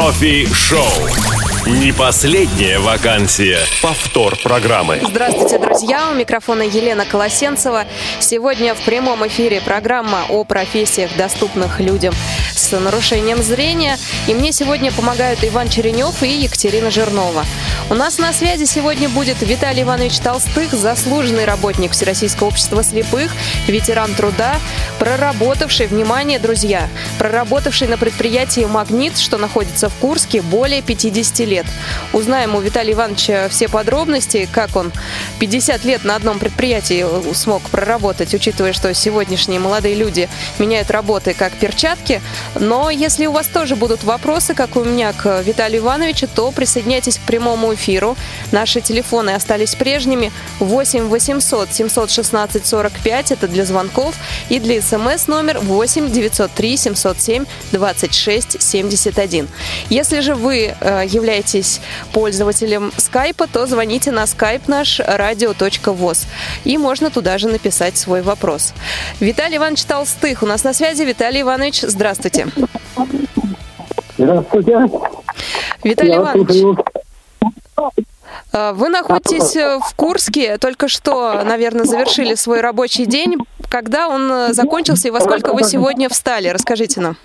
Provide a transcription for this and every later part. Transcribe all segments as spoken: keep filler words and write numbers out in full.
Профи-шоу. Не последняя вакансия. Повтор программы. Здравствуйте, друзья. У микрофона Елена Колосенцева. Сегодня в прямом эфире программа о профессиях, доступных людям с нарушением зрения. И мне сегодня помогают Иван Черенев и Екатерина Жирнова. У нас на связи сегодня будет Виталий Иванович Толстых, заслуженный работник Всероссийского общества слепых, ветеран труда, проработавший, внимание, друзья, проработавший на предприятии «Магнит», что находится в Курске, более пятьдесят лет. Узнаем у Виталия Ивановича все подробности, как он пятьдесят лет на одном предприятии смог проработать, учитывая, что сегодняшние молодые люди меняют работы как перчатки. Но если у вас тоже будут вопросы, как у меня к Виталию Ивановичу, то присоединяйтесь к прямому эфиру. Наши телефоны остались прежними. восемь восемьсот семьсот шестнадцать сорок пять, это для звонков, и для смс номер восемь девятьсот три семьсот семь двадцать шесть семьдесят один. Если же вы э, являетесь пользователем скайпа, то звоните на скайп наш радио точка воз, и можно туда же написать свой вопрос. Виталий Иванович Толстых у нас на связи. Виталий Иванович, здравствуйте. Здравствуйте. Виталий Я Иванович, вы находитесь в Курске, только что, наверное, завершили свой рабочий день. Когда он закончился и во сколько вы сегодня встали? Расскажите нам.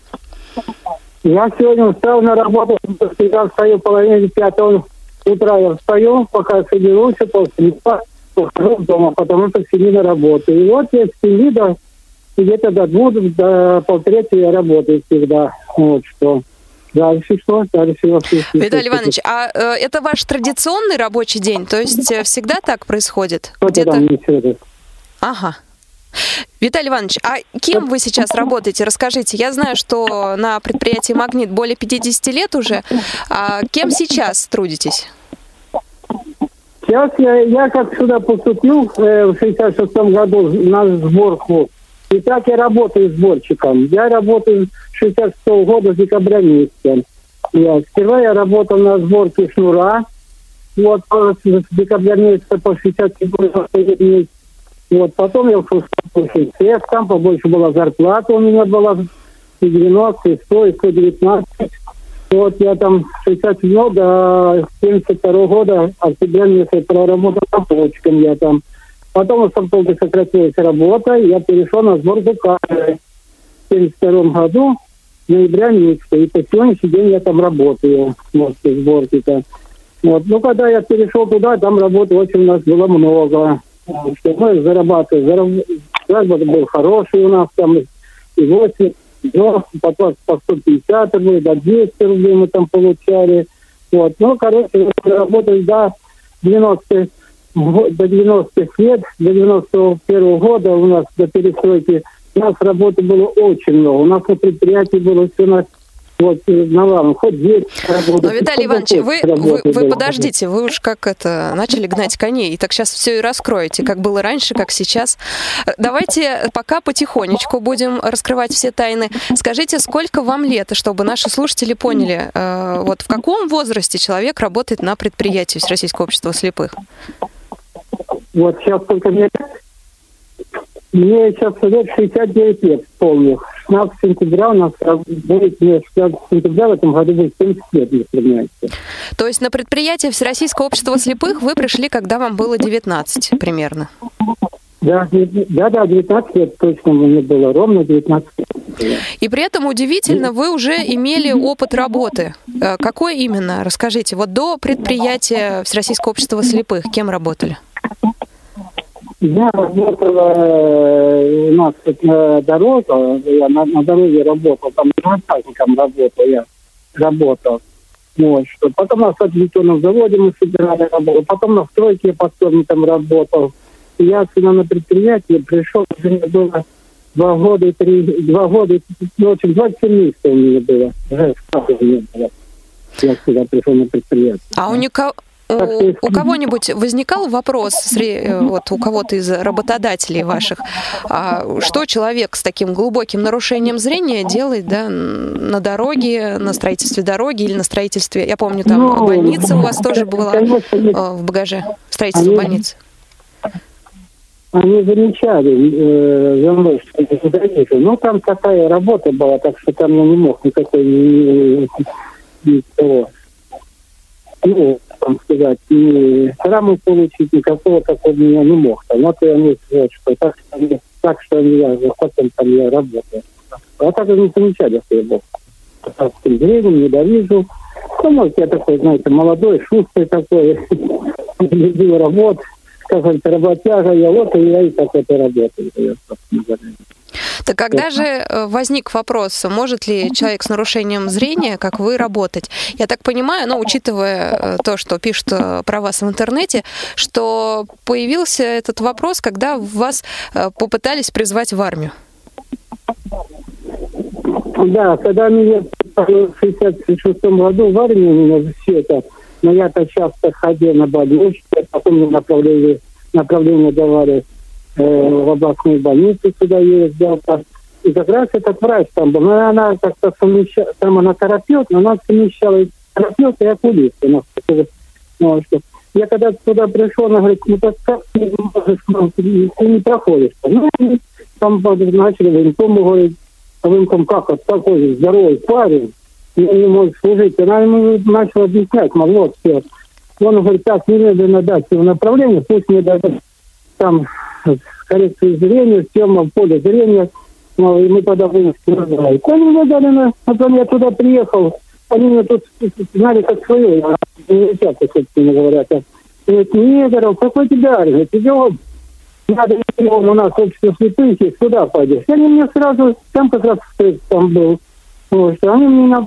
Я сегодня встал на работу, всегда встаю в половине пятого утра. Я встаю, пока соберусь, после ухожу дома, потому что в семи на работу. И вот я с семи до где-то до двух, до полтретьего я работаю всегда. Вот что. Дальше что? Дальше Виталий Иванович, а э, это ваш традиционный рабочий день? То есть э, всегда так происходит? Что Где-то... там несет? Ага. Виталий Иванович, а кем вы сейчас работаете? Расскажите. Я знаю, что на предприятии «Магнит» более пятьдесят лет уже. А кем сейчас трудитесь? Сейчас я, я как сюда поступил э, в шестьдесят шестом году на сборку. И так я работаю сборщиком. Я работаю с шестьдесят шестого года, с декабря месяца. Я, сперва я работал на сборке шнура. Вот с декабря месяца по шестьдесят седьмой месяц. Вот, потом я ушел в шесть, там побольше была зарплата у меня была, и девяносто, и сто, и сто девятнадцать. Вот я там с шестьдесят седьмого до семьдесят второго года, октября месяца, проработал сапожником я там. Потом у сапожника сократилась работа, и я перешел на сборку камеры. В семьдесят втором году, ноября месяца, и по сегодняшний день я там работаю, вот, в сборке-то. Вот, ну, когда я перешел туда, там работы очень у нас было много. Что мы зарабатывали, заработок был хороший у нас, там и восемь, но потом по сто пятьдесят рублей, до двести рублей мы там получали. Вот. Ну, короче, работали до девяностых, до девяностых лет, до девяносто первого года у нас до перестройки, у нас работы было очень много. У нас на предприятии было все на Вот, на вам, хоть здесь работать. Но, Виталий Иванович, вы, вы, вы подождите, вы уж как это, начали гнать коней, и так сейчас все и раскроете, как было раньше, как сейчас. Давайте пока потихонечку будем раскрывать все тайны. Скажите, сколько вам лет, чтобы наши слушатели поняли, э, вот в каком возрасте человек работает на предприятии Всероссийского общества слепых? Вот сейчас сколько мне лет? Мне сейчас лет шестьдесят девять лет полных. шестнадцатого сентября у нас будет, мне шестнадцатого сентября в этом году будет семьдесят лет, не сравняется. То есть на предприятие Всероссийского общества слепых вы пришли, когда вам было девятнадцать примерно? Да, да, да, девятнадцать лет точно мне было, ровно девятнадцать лет. И при этом удивительно, вы уже имели опыт работы. Какой именно? Расскажите. Вот до предприятия Всероссийского общества слепых кем работали? Я работала, у нас тут дорога, я на, на дороге работал, там монтажником работал, я работал. Вот, что. Потом на стадионном заводе мы собирали работу, потом на стройке я подсобником работал. И я сюда на предприятие пришел, уже мне было два года и три, два года, ну, в общем, двадцать семь месяцев у меня было, уже сразу не было. Я сюда пришел на предприятие. А у никого... У, у кого-нибудь возникал вопрос, вот у кого-то из работодателей ваших, а что человек с таким глубоким нарушением зрения делает, да, на дороге, на строительстве дороги или на строительстве, я помню, там ну, больница у вас тоже была в багаже, строительство они, больницы. Они замечали э, за мной, что я заметил. Ну, там такая работа была, так что там я не мог никакой... никто, ну, там сказать, ни травму получить, никакого такого меня не мог. Там, вот я не знаю, что так, что, так, что я потом там я работаю. А так я не замечаю, что я был. С зрением, недовижу. Ну, может, я такой, знаете, молодой, шустрый такой, любил работу, как говорится, работяга, я вот, и я и так это работаю. Я, так когда же возник вопрос, может ли человек с нарушением зрения, как вы, работать? Я так понимаю, ну, учитывая то, что пишут про вас в интернете, что появился этот вопрос, когда вас попытались призвать в армию. Да, когда меня в шестьдесят шестом году в армию меня все это, но я-то часто ходил на больницу, потом мне направление, направление давали э, в областную больницу, сюда ездил. И как раз этот врач там был, но она как-то совмещала, там она терапевт, но она совмещала и терапевт, и окулист. Ну, я когда туда пришел, она говорит, ну так как ты можешь, ты не проходишь. Ну, там начали военкому говорить, а военком как, вот такой здоровый парень, не может служить. Она ему начала объяснять, мол, вот все. Он говорит, так, немедленно дать его направление, пусть мне дадут там коррекцию зрения, съема поле зрения, ну, и мы тогда вынесли называли. Они мне дали, на, потом я туда приехал, они меня тут знали как свое, университет, собственно говоря. Говорит, Негоров, какой тебя армия? Тебе вот надо, он у нас общество слепых, и сюда пойдешь. Они мне сразу, там как раз там был, вот, они мне на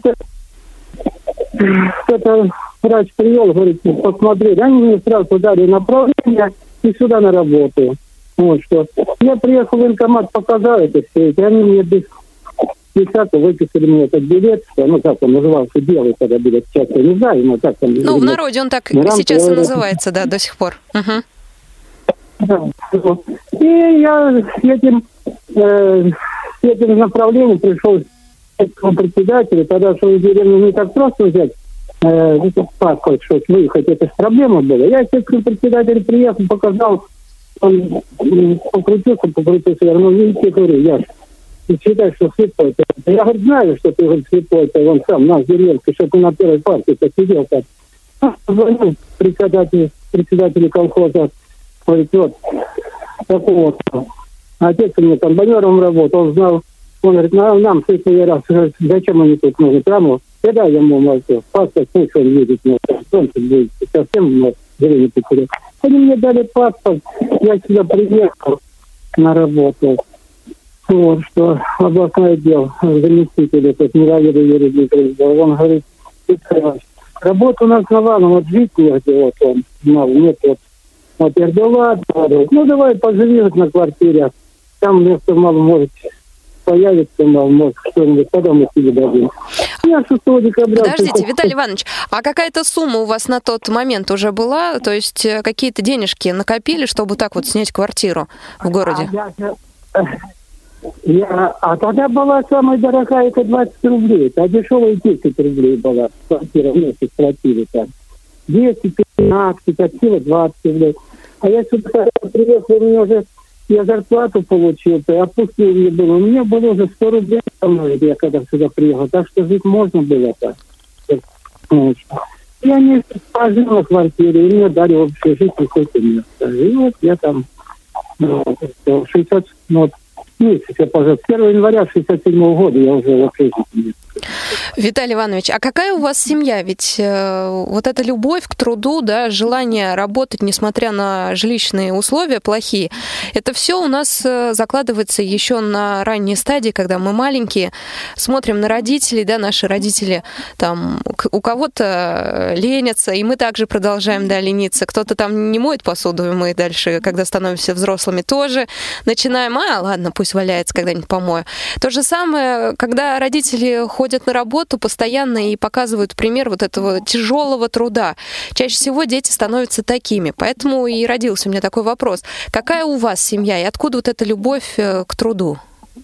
кто-то врач привел, говорит, посмотреть, они мне сразу дали направление и сюда на работу. Вот что. Я приехал в военкомат, показал это все, и они мне без десятка выписали мне этот билет, ну как он назывался, белый тогда билет, сейчас я не знаю, но так там... Ну, в народе он так Грант, сейчас и называется, да, до сих пор. Угу. Да. И я с этим, э, с этим направлением пришел к председателю, тогда что в деревню не так просто взять э, паспорт, чтобы выехать, это же проблема была. Я к председателю приехал, показал, он покрутился, покрутился, я говорю, ну видите, говорю, я считаю, что слепой. Я говорю, знаю, что ты говорит, слепой, это он сам, наш деревенский, что ты на первой партии посидел так. Позвонил председателю, председателю колхоза, говорит, вот, такой вот. Отец у меня комбайнером работал, он знал, он говорит, нам, нам в следующий раз, зачем они тут нужны, прямо, когда ему, может, паспорт, пусть он едет, но он будет совсем, но время потерял. Они мне дали паспорт, я сюда приехал на работу. Вот, что областной отдел, заместитель, этот Мировед Юрий Дмитриевич, он говорит, работа у нас навалом, вот жить негде, вот он, мало, нет, вот, вот я говорю, да ладно, говорю, ну давай поживи вот на квартире, там место мало может появится, мало, может что-нибудь, тогда мы себе дадим. Я шестого декабря... Подождите, Виталий Иванович, а какая-то сумма у вас на тот момент уже была? То есть какие-то денежки накопили, чтобы так вот снять квартиру в городе? А, я, я, а тогда была самая дорогая, это двадцать рублей, а дешевая десять рублей была квартира в месяц платили там. десять, пятнадцать, от силы двадцать рублей. А я сюда приехал, у меня уже... Я зарплату получил, то отпустил мне было. У меня было уже сто рублей со мной, я когда сюда приехал. Так что жить можно было так. Я не пожил на квартире, и мне дали вообще жить какое-то место. И вот я там шестьдесят, ну, месяц я пожил. с первого января шестьдесят седьмого года я уже вообще жить не место. Виталий Иванович, а какая у вас семья? Ведь э, вот эта любовь к труду, да, желание работать, несмотря на жилищные условия плохие, это все у нас э, закладывается еще на ранней стадии, когда мы маленькие, смотрим на родителей, да, наши родители, там, у кого-то ленятся, и мы также продолжаем, да, лениться, кто-то там не моет посуду, и мы дальше, когда становимся взрослыми, тоже начинаем, а, ладно, пусть валяется, когда-нибудь помою. То же самое, когда родители ходят на работу постоянно и показывают пример вот этого тяжелого труда. Чаще всего дети становятся такими. Поэтому и родился у меня такой вопрос. Какая у вас семья и откуда вот эта любовь к труду?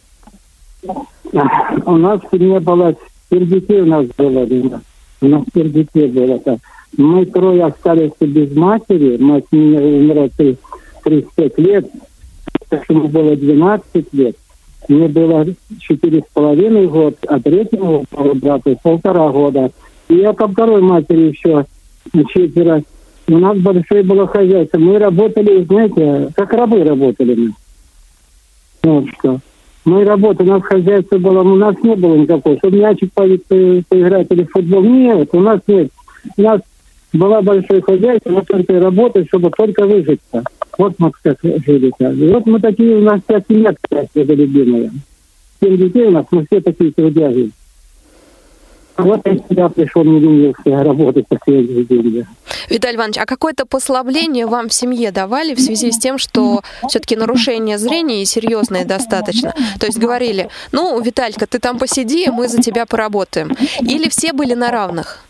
У нас не было, семь детей у нас было. У нас семь детей было. Так. Мы трое остались без матери. Мать меня умерла тридцать пять лет. Ему было двенадцать лет. Мне было четыре с половиной года, а третьему брату полтора года. И я по второй матери еще четверо. У нас большое было хозяйство. Мы работали, знаете, как рабы работали мы. Вот что. Мы работали, у нас хозяйство было, у нас не было никакого. Чтобы мячик по- по- поиграть или в футбол. Нет, у нас нет. У нас было большое хозяйство, мы только работали, чтобы только выжить-то. Вот мы как жили-то. И вот мы такие, у нас вся семья, кстати, любимая. Семь детей у нас, мы все такие трудяги. Вот я сюда пришел, не ленился работать по своей деньги. Виталий Иванович, а какое-то послабление вам в семье давали в связи с тем, что все-таки нарушение зрения серьезное достаточно? То есть говорили, ну, Виталька, ты там посиди, мы за тебя поработаем. Или все были на равных?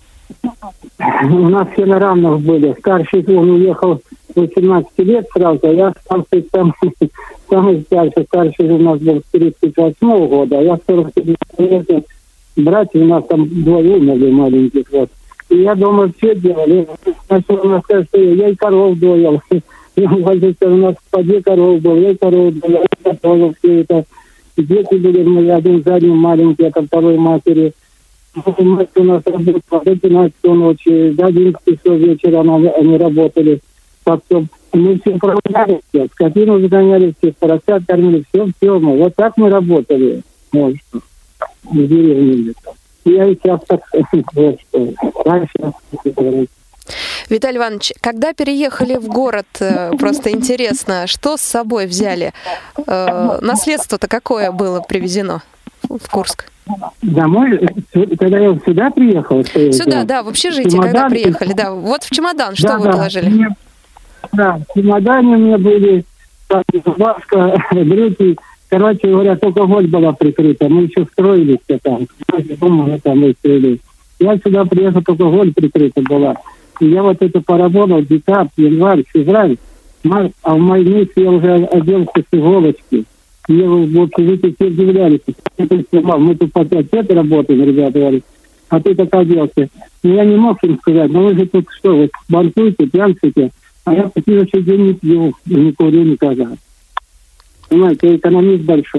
У нас все на равных были. Старший он уехал восемнадцать лет сразу, а я остался там, самый старший. Старший у нас был с тридцать восьмого года, а я сорок седьмого лет. Братья у нас там двое умерли маленьких. Вот. И я дома все делали. Начал у нас сказать, что я и коров доил. У нас по две коровы было, я и коров доил, я готовил все это. Дети были мы один задним маленький, это второй матери. Мать у нас работала до двенадцати ночи, до одиннадцати часов вечера они работали. Потом мы все проводили, скотину загоняли, все поросят кормили, все, все. Мы. Вот так мы работали. Вот что. В деревне. Я и сейчас так, вот что. Раньше. Виталий Иванович, когда переехали в город, просто интересно, что с собой взяли? Наследство-то какое было привезено в Курск? Домой, когда я сюда приехал? Сюда, да, в общежитие, когда приехали, да. Вот в чемодан что да, вы да, положили? Мне, да, в чемодане у меня были рубашка, брюки. Короче говоря, только алкоголь была прикрыта. Мы еще строились там. Мы там выстрелили. Я сюда приехал, только алкоголь прикрыта была. И я вот это поработал, декабрь, январь, февраль, март, а в май месяц я уже оделся с иголочки. Мне в общежитии все удивлялись. Мы тут по пять лет работаем, ребята говорят, а ты так оделся. Но я не мог им сказать, но вы же тут что, вы банкуете, пьянствуете, а я по следующий день не пью, не курю никогда. Понимаете, экономист большой.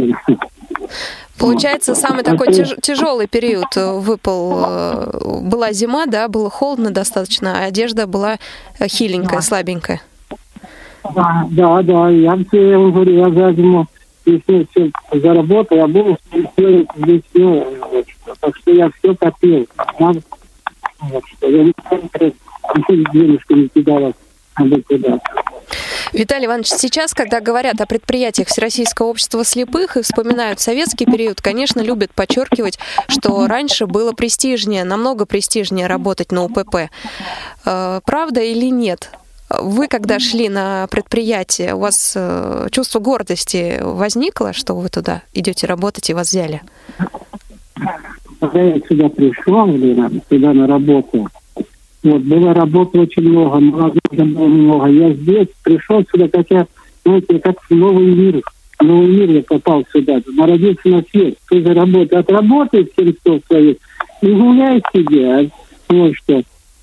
Получается, самый такой тяж, тяжелый период выпал. Была зима, да, было холодно достаточно, а одежда была хиленькая, слабенькая. Да, да, да. Я все, я вам говорю, я за зиму, если все заработал, я был все здесь все. Так что я все копил. Вот что. Я не денежку не кидала, а бы куда. Виталий Иванович, сейчас, когда говорят о предприятиях Всероссийского общества слепых и вспоминают советский период, конечно, любят подчеркивать, что раньше было престижнее, намного престижнее работать на УПП. Правда или нет? Вы, когда шли на предприятие, у вас чувство гордости возникло, что вы туда идете работать и вас взяли? Когда я сюда пришел, сюда на работу, вот, было работы очень много, молодых было много. Я здесь пришел сюда, как я, знаете, как в новый мир. В новый мир я попал сюда, народился на свет. Ты же работаешь, отработаешь семь часов своих и гуляй себе. Вот что.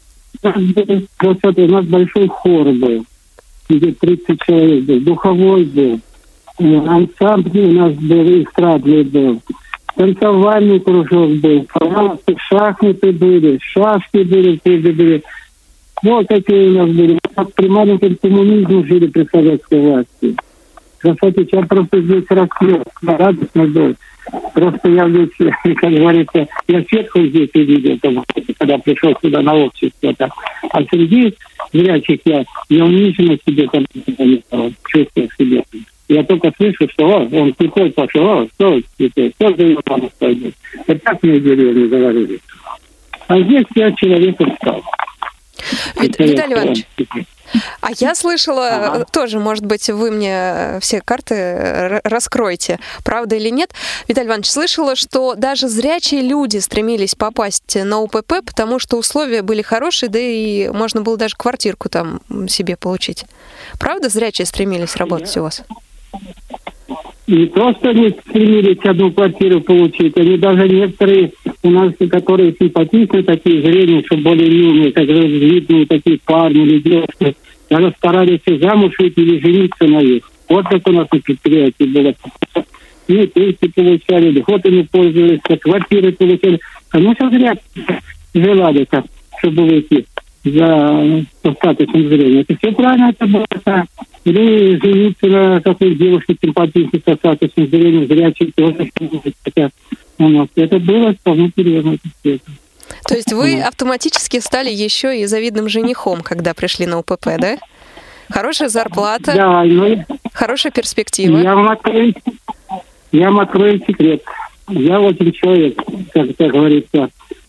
У нас большой хор был, где тридцать человек был, духовой был, ансамбль у нас был, эстрадный был. Танцевальный кружок был, пожалуйста, шахматы были, шашки были, были. Вот какие у нас были. Мы при маленьком коммунизме жили при советской власти. Красоте, я просто здесь расцвел, радостно был. Просто я здесь, как говорится, я сверху здесь увидел, когда пришел сюда на общество. Так. А среди зрячих я, я униженно себе там чувствую себе. Я только слышу, что о, он слепой пошел, о, что слепой, кто за его маму пойдет. И так мне в деревне говорили. А здесь я человеком стал. Вит- Виталий Иванович, а я слышала, ага. тоже, может быть, вы мне все карты раскроете, правда или нет. Виталий Иванович, слышала, что даже зрячие люди стремились попасть на УПП, потому что условия были хорошие, да и можно было даже квартирку там себе получить. Правда, зрячие стремились работать у вас? Не просто они стремились одну квартиру получить, они даже некоторые у нас, которые симпатичные такие, зрения, что более юные, как видные такие парни или девушки, даже старались и замуж выйти или жениться на них. Вот как у нас на предприятии было. И пенсии получали, льготами пользовались, квартиры получали. Конечно, зря. желали, как, чтобы выйти за со статусом зрения. Это все правильно, это было так. Или жениться на какой-то девушке симпатичной со статусом зрения, зрячей тоже. Это, ну, это было вполне серьезно. То есть вы автоматически стали еще и завидным женихом, когда пришли на УПП, да? Хорошая зарплата, да, ну, хорошая перспектива. Я вам открою, я вам открою секрет. Я очень человек, как это говорится.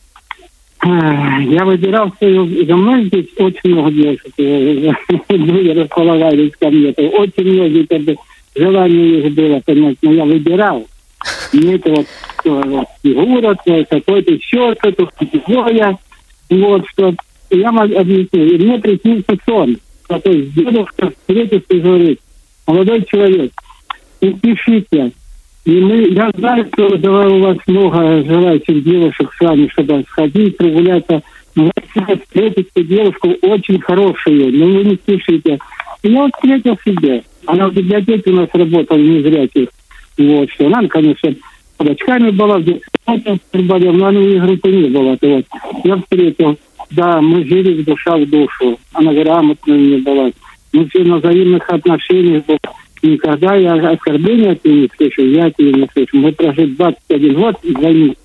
Я выбирал свою... За мной здесь очень много девушек были, располагались ко мне. Очень многие как бы, желания их было, понять, но я выбирал. Мне это вот, вот фигура, какой-то еще что-то, такое. Вот что. Я вам объясню. И мне приснился сон. Такой дедушка встретился и говорит: молодой человек, не спешите. И мы, я знаю, что давай у вас много желающих девушек с вами, чтобы сходить, прогуляться. Но вы встретите девушку очень хорошую, но вы не спешите. И я вот встретил себе. Она в библиотеке у нас работала, незрячих. Вот, что она, конечно, под очками была, в детстве приболела, но она у нее группы не было. Вот. Я встретил, да, мы жили в душа в душу. Она грамотная не была. Мы все на взаимных отношениях были. Никогда я оскорбления от нее не слышу, я от нее не слышу. Мы прожили двадцать один год и войны.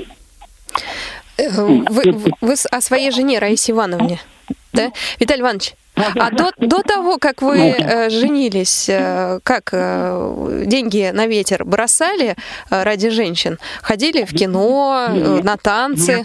Вы, вы о своей жене Раисе Ивановне, да? Виталий Иванович, а до, до того, как вы э, женились, э, как э, деньги на ветер бросали э, ради женщин? Ходили в кино, э, на танцы?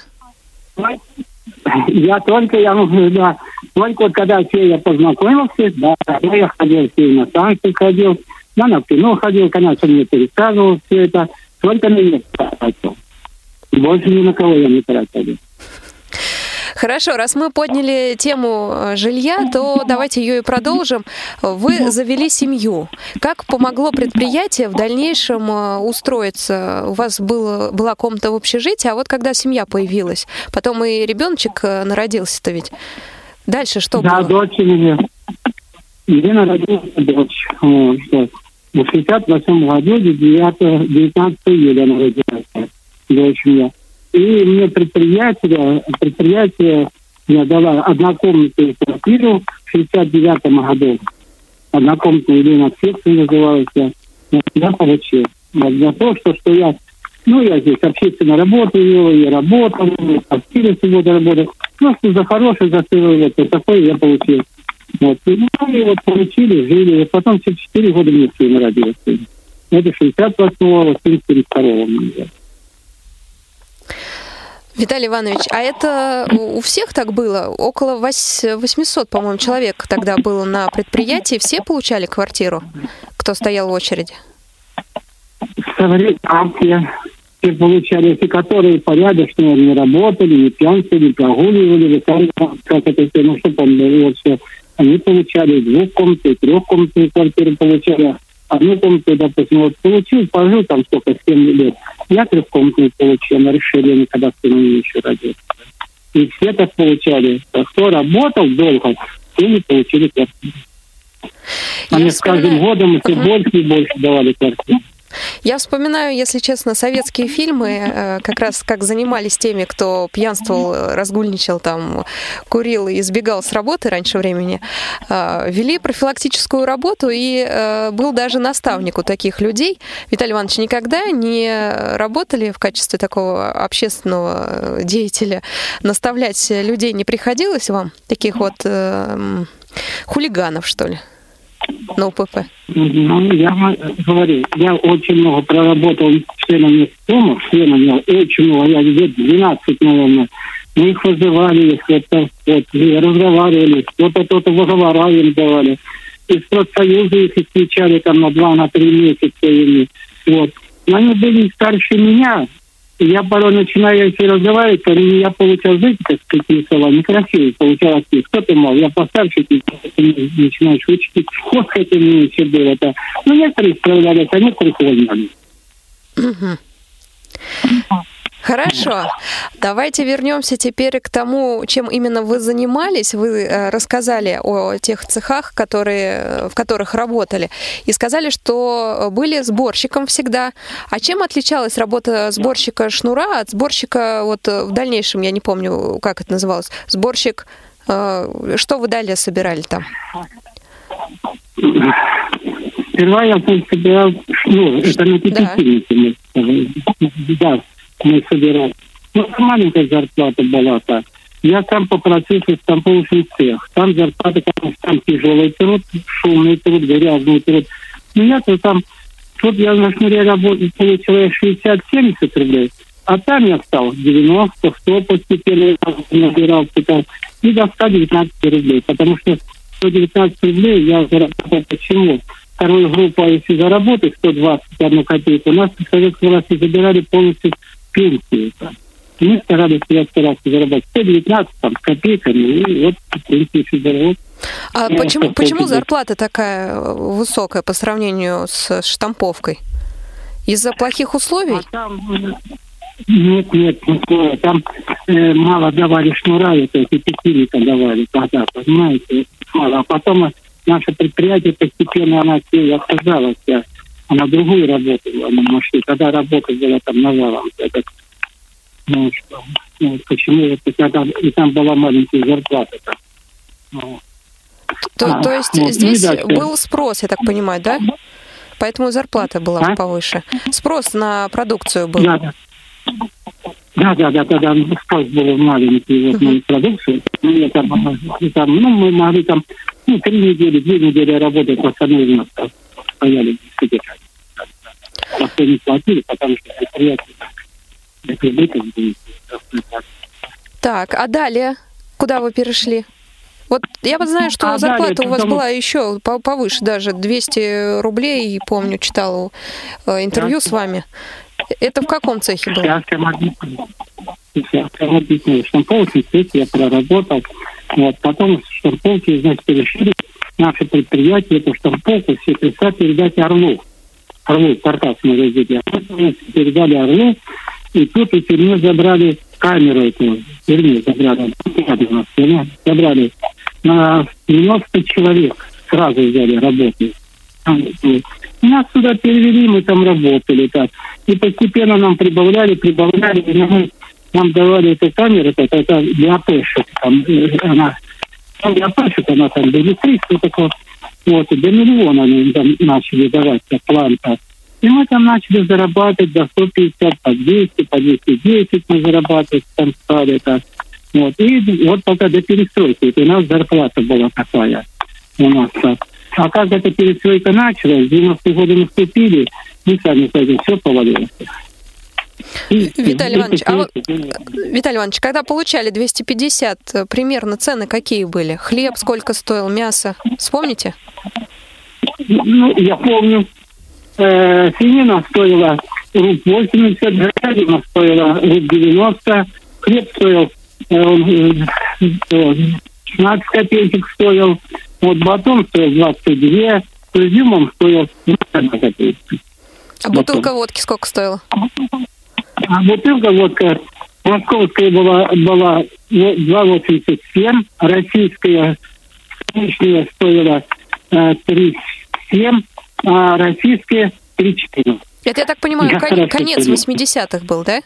Я только, я да, только вот когда все я познакомился, да, я ходил все на танцы ходил, да, на кино ходил, конечно, мне пересказывал все это, только на них тратил. Больше ни на кого я не тратил. Хорошо, раз мы подняли тему жилья, то давайте ее и продолжим. Вы завели семью. Как помогло предприятие в дальнейшем устроиться? У вас было, была комната в общежитии, а вот когда семья появилась, потом и ребеночек народился-то ведь. Дальше что да, было? Да, дочь у меня. Где народилась дочь. Вот, в шестьдесят восьмом году, девятнадцатого июля она родилась. Дочь у меня. И мне предприятие, предприятие мне дала однокомнатную квартиру в шестьдесят девятом году. Однокомнатная Елена секция называлась. Я получил. За то, что, что я, ну, я здесь общественно работаю, и работал, и квартиры сегодня работал. Просто за хорошее, за целое, вот такое я получил. Вот. И мы вот получили, жили. И потом через четыре года мне сын родился. Это шестьдесят восьмого, сын семьдесят второго. Виталий Иванович, а это у всех так было? Около восемьсот, по-моему, человек тогда было на предприятии. Все получали квартиру, кто стоял в очереди? Все, все получали, те, которые порядочно не работали, не пьянствовали, не прогуливали, как это все, ну что помню, вот все. Они получали двухкомнатные, трехкомнатные квартиры получали. Одну комнату, допустим, вот получил, пожил там сколько, семь лет. Я трехкомнатную получил на расширение, когда сын мне еще родился. И все так получали. Кто работал долго, все не получили квартиру. Они с каждым годом все uh-huh. больше и больше давали квартиру. Я вспоминаю, если честно, советские фильмы, как раз как занимались теми, кто пьянствовал, разгульничал, там, курил и избегал с работы раньше времени, вели профилактическую работу, и был даже наставник у таких людей. Виталий Иванович, никогда не работали в качестве такого общественного деятеля? Наставлять людей не приходилось вам? Таких вот э, хулиганов, что ли? На УПП? Ну, я говорю, я очень много проработал членами дома, членами, очень много, я лет двенадцать, наверное. Мы их вызывали, их это, вот, разговаривали, что-то, что-то выговора им давали. Из профсоюза их исключали там на два, на три месяца. Ими. Вот. Но они были старше меня. Я порой начинаю если разговаривать, я получал, знаете, как какие слова, некрасивые получал от них. Кто-то мол, я постарше, ты начинаешь учить. Вот это мне все было. Это. Ну, некоторые справлялись, а некоторых увольняли. Угу. Хорошо. Давайте вернемся теперь к тому, чем именно вы занимались. Вы рассказали о тех цехах, которые, в которых работали, и сказали, что были сборщиком всегда. А чем отличалась работа сборщика шнура от сборщика, вот в дальнейшем, я не помню, как это называлось, сборщик, что вы далее собирали там? Сперва я собирал шнур, это на пятисильнике. Да. Мы собирали. Ну, маленькая зарплата была так. Я сам попросился в штамповочный цех. Там зарплата, конечно, там тяжелый труд, шумный труд, грязный труд. Ну, я-то там, тут я на шнуре работал, получил шестьдесят-семьдесят рублей, а там я стал девяносто, сто постепенно набирался там, и до ста девятнадцати рублей, потому что сто девятнадцать рублей я заработал. Почему? Вторую группу, а если заработать сто двадцать одну копейку, у нас в советской власти забирали полностью пенсию. Мы старались, я старался заработать сто девятнадцать там, с копейками, и вот пенсию заработать. А я почему, почему зарплата такая высокая по сравнению с штамповкой? Из-за плохих условий? А там, нет, нет, нет, там э, мало давали шнура, это эти пятилика давали тогда, понимаете, мало. А потом наше предприятие постепенно, она отказалась, она другую работу на машине. Тогда работа была там навалом. Это, ну, что, ну, почему это тогда, и там была маленькая зарплата. Ну. То, а, то есть вот, здесь да, был спрос, я так понимаю, да? Поэтому зарплата была а? повыше. Спрос на продукцию был. Да, да. Да, да, да, тогда спрос был маленький, вот, uh-huh. на продукцию. Ну, там, там, ну, мы могли там, ну, три недели, две недели работать, остальные у нас там стояли где-то. Просто не платили, потому что предприятие прибыток будет. Так, а далее? Куда вы перешли? Вот я вот знаю, что а зарплата далее, у вас потому... была еще повыше, даже двести рублей, помню, читала интервью с вами. Это в каком цехе было? Сейчас я объясню. Сейчас я объясню. В штамповочном цехе я проработал. Вот. Потом в штамповке, значит, решили наше предприятие, эту штамповку все прислать передать Орлу. Орлу, каркасную развитие. Передали Орлу, и тут и мне забрали камеру эту. Вернее, забрали. Забрали на девяносто человек. Сразу взяли работу. Нас сюда перевели, мы там работали. Так. И постепенно нам прибавляли, прибавляли. И мы, нам давали эту камеру, это, это для АПшек. Там, она, для АПшек она там до электричества такого. Вот, и до миллиона они там начали давать план. Так. И мы там начали зарабатывать до сто пятьдесят, по двести, по двести десять мы зарабатывать там стали. Так. Вот. И вот пока до перестройки. Это у нас зарплата была такая у нас так. А как эта перестройка началась, девяностые годы наступили, и сами знаете, все повалилось. И, Виталий Иванович, а вот, Виталий Иванович, когда получали двести пятьдесят, примерно цены какие были? Хлеб сколько стоил, мясо? Вспомните? Ну, я помню, э, свинина стоила руб восемьдесят, говядина стоила руб девяносто, хлеб стоил э, э, шестнадцать копеек стоил. Вот батон стоил двадцать два, с изюмом стоил двадцать копеек. А бутылка водки сколько стоила? А бутылка водка московская была, была два восемьдесят семь, российская лишняя стоила э, три семь, а российская три четыре. Это, я так понимаю, кон- конец восьмидесятых был, да?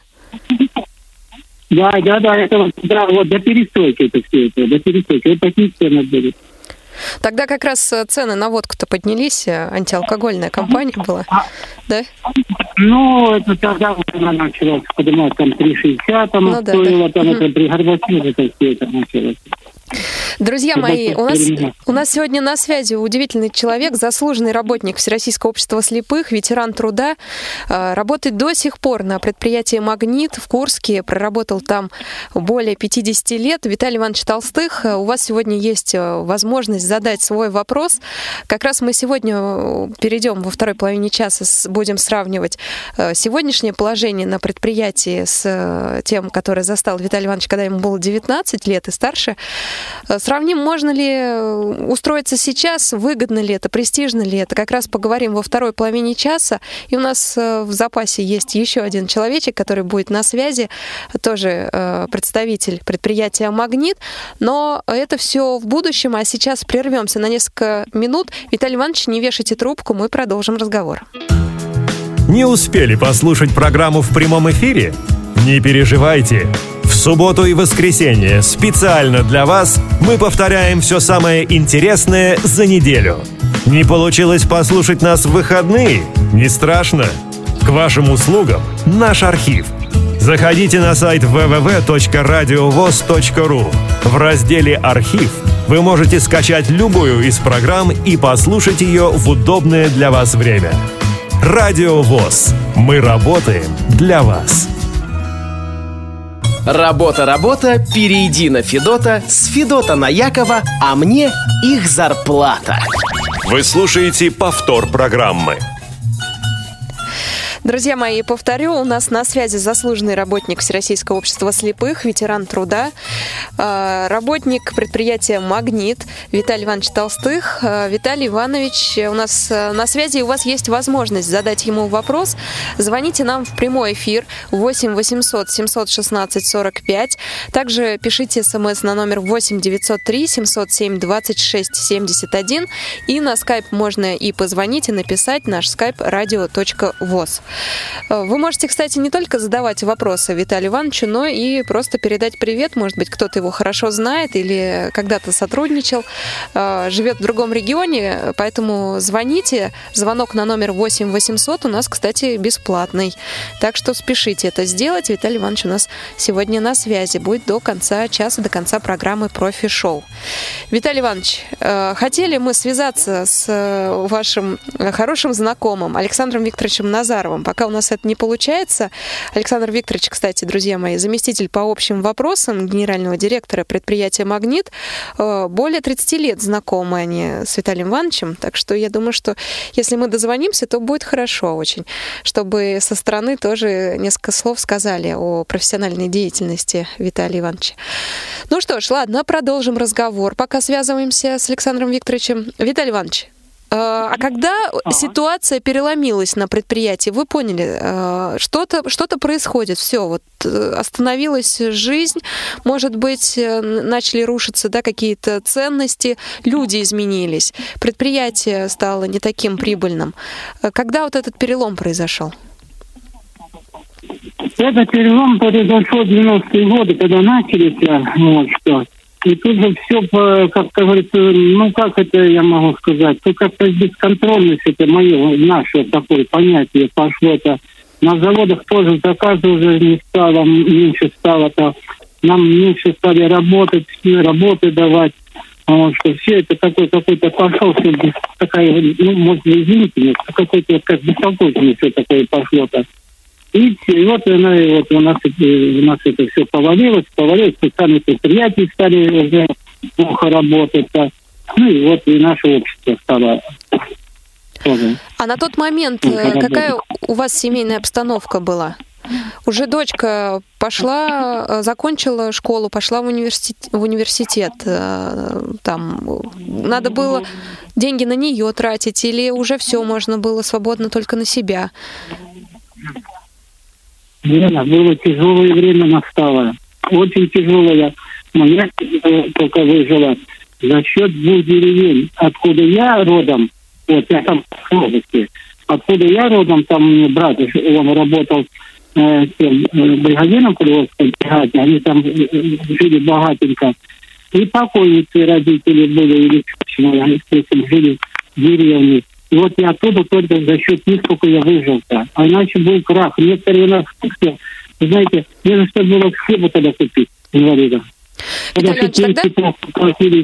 Да, да, да, это вот, да, вот до перестройки это все, это, до перестройки, это такие цены были. Тогда как раз цены на водку-то поднялись, антиалкогольная кампания была, да? Ну, это тогда вот она началась поднимать, там три шестьдесят, там ну, стоило, да, там угу. это при Горбачеве это все это началось. Друзья мои, у нас, у нас сегодня на связи удивительный человек, заслуженный работник Всероссийского общества слепых, ветеран труда, работает до сих пор на предприятии «Магнит» в Курске, проработал там более пятьдесят лет. Виталий Иванович Толстых, у вас сегодня есть возможность задать свой вопрос. Как раз мы сегодня перейдем во второй половине часа, будем сравнивать сегодняшнее положение на предприятии с тем, которое застал Виталий Иванович, когда ему было девятнадцать лет и старше. Сравним, можно ли устроиться сейчас, выгодно ли это, престижно ли это. Как раз поговорим во второй половине часа. И у нас в запасе есть еще один человечек, который будет на связи, тоже представитель предприятия «Магнит». Но это все в будущем, а сейчас прервемся на несколько минут. Виталий Иванович, не вешайте трубку, мы продолжим разговор. Не успели послушать программу в прямом эфире? Не переживайте. В субботу и воскресенье специально для вас мы повторяем все самое интересное за неделю. Не получилось послушать нас в выходные? Не страшно. К вашим услугам наш архив. Заходите на сайт дабл ю дабл ю дабл ю точка радиовоз точка ру. В разделе «Архив» вы можете скачать любую из программ и послушать ее в удобное для вас время. Радио ВОС. Мы работаем для вас. Работа, работа, перейди на Федота, с Федота на Якова, а мне их зарплата. Вы слушаете повтор программы. Друзья мои, повторю, у нас на связи заслуженный работник Всероссийского общества слепых, ветеран труда, работник предприятия «Магнит» Виталий Иванович Толстых. Виталий Иванович у нас на связи, и у вас есть возможность задать ему вопрос. Звоните нам в прямой эфир восемь восемьсот семьсот шестнадцать сорок пять. Также пишите смс на номер восемь девятьсот три семьсот семь двадцать шесть семьдесят один. И на скайп можно и позвонить, и написать наш скайп радио точка воз. Вы можете, кстати, не только задавать вопросы Виталию Ивановичу, но и просто передать привет. Может быть, кто-то его хорошо знает или когда-то сотрудничал, живет в другом регионе, поэтому звоните. Звонок на номер восемь восемьсот у нас, кстати, бесплатный. Так что спешите это сделать. Виталий Иванович у нас сегодня на связи. Будет до конца часа, до конца программы «Профи-шоу». Виталий Иванович, хотели мы связаться с вашим хорошим знакомым Александром Викторовичем Назаровым. Пока у нас это не получается. Александр Викторович, кстати, друзья мои, заместитель по общим вопросам генерального директора предприятия «Магнит». Более тридцати лет знакомы они с Виталием Ивановичем. Так что я думаю, что если мы дозвонимся, то будет хорошо очень. Чтобы со стороны тоже несколько слов сказали о профессиональной деятельности Виталия Ивановича. Ну что ж, ладно, продолжим разговор. Пока связываемся с Александром Викторовичем. Виталий Иванович, а когда ага. ситуация переломилась на предприятии, вы поняли, что-то, что-то происходит, все, вот остановилась жизнь, может быть, начали рушиться, да, какие-то ценности, люди изменились, предприятие стало не таким прибыльным. Когда вот этот перелом произошел? Этот перелом произошел в девяностые годы, когда начались, вот что. И тут же все, как говорится, ну как это я могу сказать, то как-то бесконтрольность, это мое, наше такое понятие пошло. Это на заводах тоже заказы уже не стало, меньше стало-то, нам меньше стали работать, работы давать. Вот, что все это такой какой-то пошел, все такая, ну, может, извините, какой-то как бестолковщина все такое пошло-то. И, и вот, она, и вот у, нас, у нас это все повалилось, повалилось, специальные предприятия стали уже плохо работать. Ну и вот и наше общество стало тоже. А на тот момент какая у вас семейная обстановка была? Уже дочка пошла, закончила школу, пошла в университет, в университет. Там надо было деньги на нее тратить, или уже все можно было свободно только на себя? Лена, было тяжелое время настало. Очень тяжелое. Но я только выжила за счет двух деревень. Откуда я родом, вот я там в области, откуда я родом, там у меня брат, он работал э, тем, э, бригадиром Кривовской бригаде, они там жили богатенько. И покойницы родители были, или они с этим жили в деревне. И вот я оттуда только за счет них только я выжил-то. А иначе был крах. Некоторые у нас, знаете, не за что было хлеба тогда купить инвалидам. Когда все тогда... платили,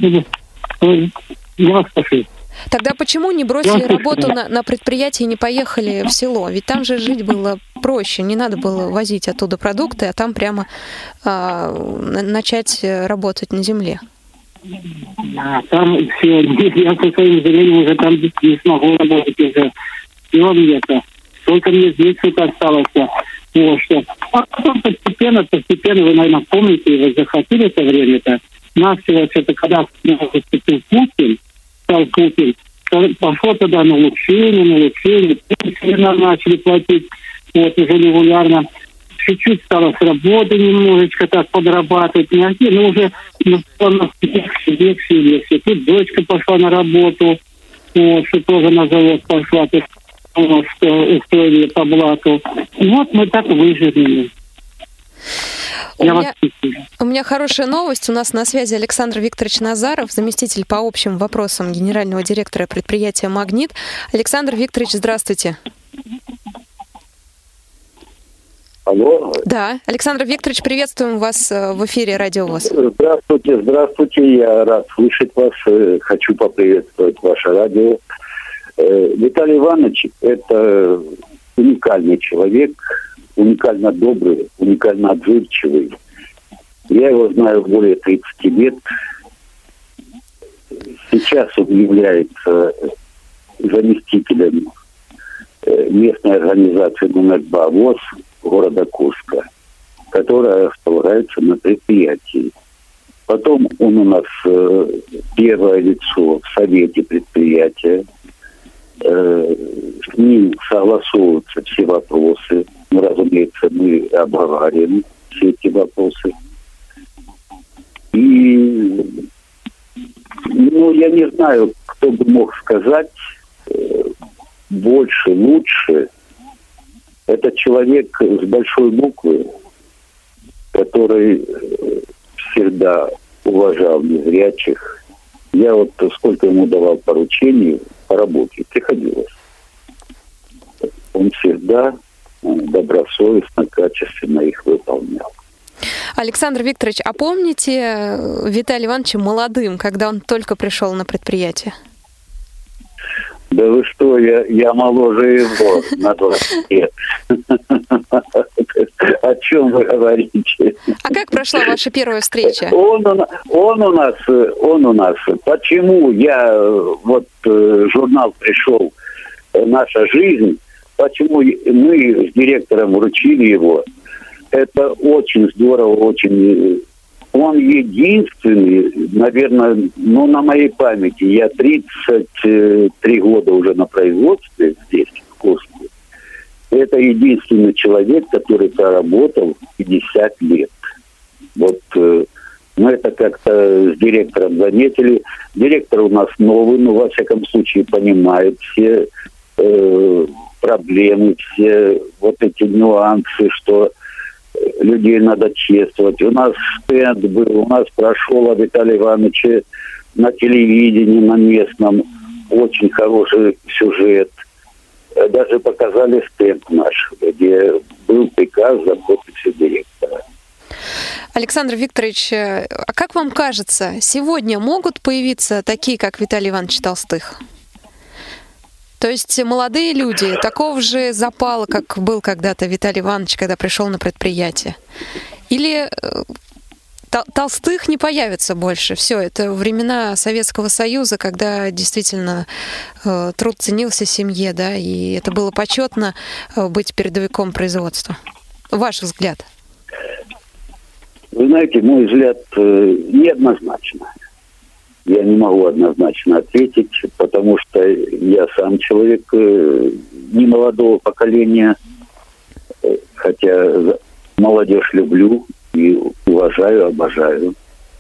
я спашу. Тогда почему не бросили работу на, на предприятии и не поехали в село? Ведь там же жить было проще, не надо было возить оттуда продукты, а там прямо а, начать работать на земле. А, там все, я со своим зрением уже там не смогу работать уже. И он где-то. Только мне здесь это осталось. Вот что. А потом постепенно, постепенно, вы, наверное, помните, вы захватили это время-то. началось это, когда выступил Путин, стал Путин, пошло тогда на улучшение, на улучшение, пенсии нам начали платить, вот, уже регулярно. Чуть-чуть стало с работы немножечко так подрабатывать, не один, но уже настало легче, легче, легче. Тут дочка пошла на работу, вот, что тоже на завод пошла, тут, вот, что устроили по блату. И вот мы так выжили. У меня, у меня хорошая новость. У нас на связи Александр Викторович Назаров, заместитель по общим вопросам генерального директора предприятия «Магнит». Александр Викторович, здравствуйте. Алло. Да, Александр Викторович, приветствуем вас в эфире Радио ВОС. Здравствуйте, здравствуйте. Я рад слышать вас. Хочу поприветствовать ваше радио. Виталий Иванович – это уникальный человек, уникально добрый, уникально отзывчивый. Я его знаю более тридцати лет. Сейчас он является заместителем местной организации номер два ВОС города Курска, которая располагается на предприятии. Потом он у нас э, первое лицо в совете предприятия. Э, с ним согласовываются все вопросы. Ну, разумеется, мы обговариваем все эти вопросы. И, ну, я не знаю, кто бы мог сказать э, больше, лучше. Это человек с большой буквы, который всегда уважал незрячих. Я вот сколько ему давал поручений по работе, приходилось. Он всегда добросовестно, качественно их выполнял. Александр Викторович, а помните Виталия Ивановича молодым, когда он только пришел на предприятие? Да вы что, я, я моложе его на двадцать лет. О чем вы говорите? А как прошла ваша первая встреча? Он, он у нас, он у нас. Почему я, вот журнал пришел «Наша жизнь», почему мы с директором вручили его, это очень здорово, очень... Он единственный, наверное, ну, на моей памяти, я тридцать три года уже на производстве здесь, в Курске. Это единственный человек, который проработал пятьдесят лет. Вот э, мы это как-то с директором заметили. Директор у нас новый, но во всяком случае понимает все э, проблемы, все вот эти нюансы, что людей надо чествовать. У нас стенд был, у нас прошел о Виталии Ивановиче на телевидении, на местном. Очень хороший сюжет. Даже показали стенд наш, где был приказ за подписью директора. Александр Викторович, а как вам кажется, сегодня могут появиться такие, как Виталий Иванович Толстых? То есть молодые люди такого же запала, как был когда-то Виталий Иванович, когда пришел на предприятие? Или Толстых не появится больше? Все, это времена Советского Союза, когда действительно э, труд ценился семье, да, и это было почетно э, быть передовиком производства. Ваш взгляд? Вы знаете, мой взгляд э, неоднозначно. Я не могу однозначно ответить, потому что я сам человек э, не молодого поколения, э, хотя молодежь люблю и уважаю, обожаю.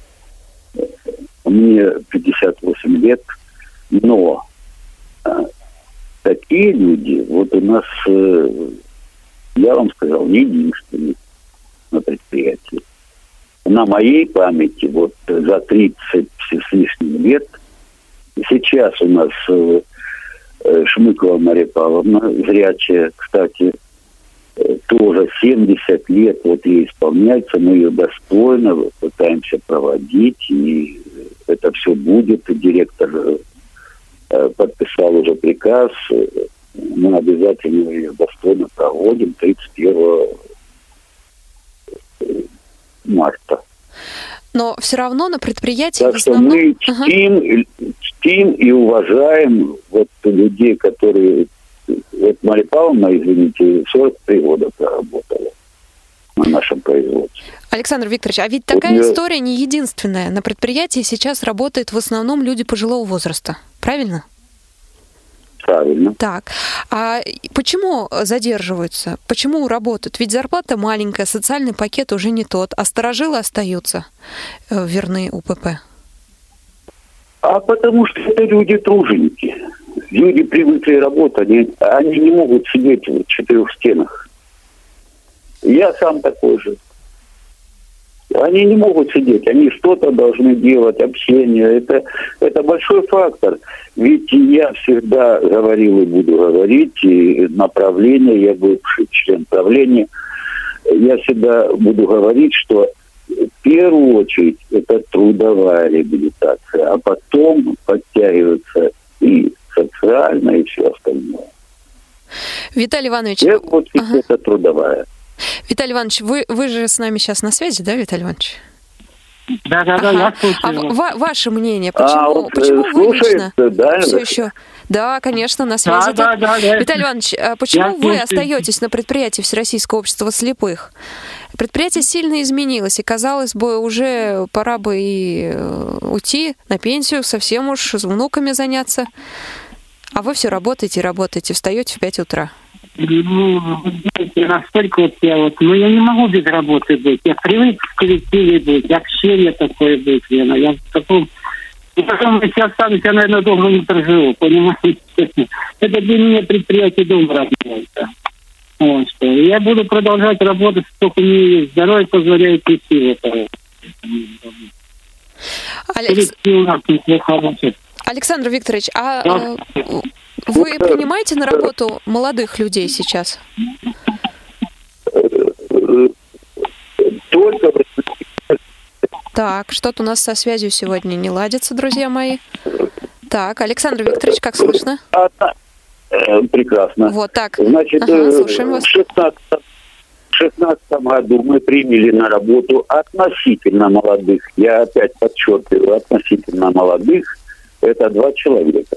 Мне пятьдесят восемь лет, но э, такие люди, вот у нас, э, я вам сказал, не единственные на предприятии. На моей памяти, вот за тридцать с лишним лет, сейчас у нас э, Шмыкова Мария Павловна, зрячая, кстати, э, тоже семьдесят лет вот ей исполняется, мы ее достойно пытаемся проводить, и это все будет. Директор э, подписал уже приказ, мы обязательно ее достойно проводим тридцать первого марта. Но все равно на предприятии так в основном... мы чтим, ага. чтим и уважаем вот людей, которые... Вот Мария Павловна, извините, сорок три года проработала. на нашем производстве. Александр Викторович, а ведь такая вот история не единственная. На предприятии сейчас работают в основном люди пожилого возраста, правильно? Правильно. Так, а почему задерживаются? Почему работают? Ведь зарплата маленькая, социальный пакет уже не тот, а старожилы остаются верны УПП. А потому что это люди труженики. Люди привыкли работать, они, они не могут сидеть в четырех стенах. Я сам такой же. Они не могут сидеть, они что-то должны делать, общение. Это, это большой фактор. Ведь я всегда говорил и буду говорить, и направление, я бывший член правления, я всегда буду говорить, что в первую очередь это трудовая реабилитация, а потом подтягивается и социальное, и все остальное. Виталий Иванович... Я вот ага. это трудовая. Виталий Иванович, вы, вы же с нами сейчас на связи, да, Виталий Иванович? Да, да, да, ага. я слушаю. А ва- ваше мнение, почему, а, вот, почему вы лично да, все еще... Да, конечно, на связи. Да, да, да, Виталий Иванович, почему я вы слушаю. остаетесь на предприятии Всероссийского общества слепых? Предприятие сильно изменилось, и, казалось бы, уже пора бы и уйти на пенсию, совсем уж с внуками заняться. А вы все работаете и работаете, встаете в пять утра. Ну, знаете, настолько вот я вот, ну я не могу без работы быть. Я привык в коллективе быть, общение такое быть, Лена. Я в таком... И потом, если останусь, я, наверное, дома не проживу, понимаете? Это для меня предприятие дом родной. Да. Вот, что. Я буду продолжать работать, сколько мне есть. Здоровье позволяет идти в это. Алекс... Александр Викторович, а да. вы принимаете на работу молодых людей сейчас? Только... Так, что-то у нас со связью сегодня не ладится, друзья мои. Так, Александр Викторович, как слышно? Прекрасно. Вот так. Значит, ага, слушаем вас. В шестнадцатом году мы приняли на работу относительно молодых, я опять подчеркиваю, относительно молодых, это два человека.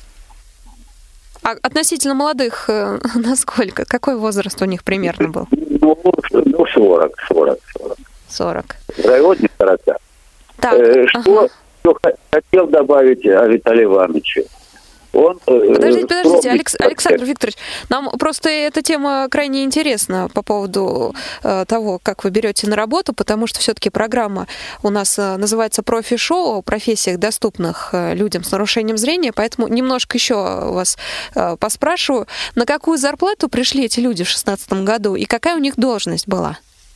А относительно молодых, насколько? Какой возраст у них примерно был? Ну, ну сорок, сорок, сорок. сорок. В районе сорока. Так, э, что, ага. что хотел добавить о Виталии Ивановиче? Он, подождите, подождите, Алекс, Александр Викторович, нам просто эта тема крайне интересна по поводу э, того, как вы берете на работу, потому что все-таки программа у нас э, называется «Профи-шоу» о профессиях, доступных э, людям с нарушением зрения, поэтому немножко еще вас э, поспрашиваю, на какую зарплату пришли эти люди в шестнадцатом году и какая у них должность была?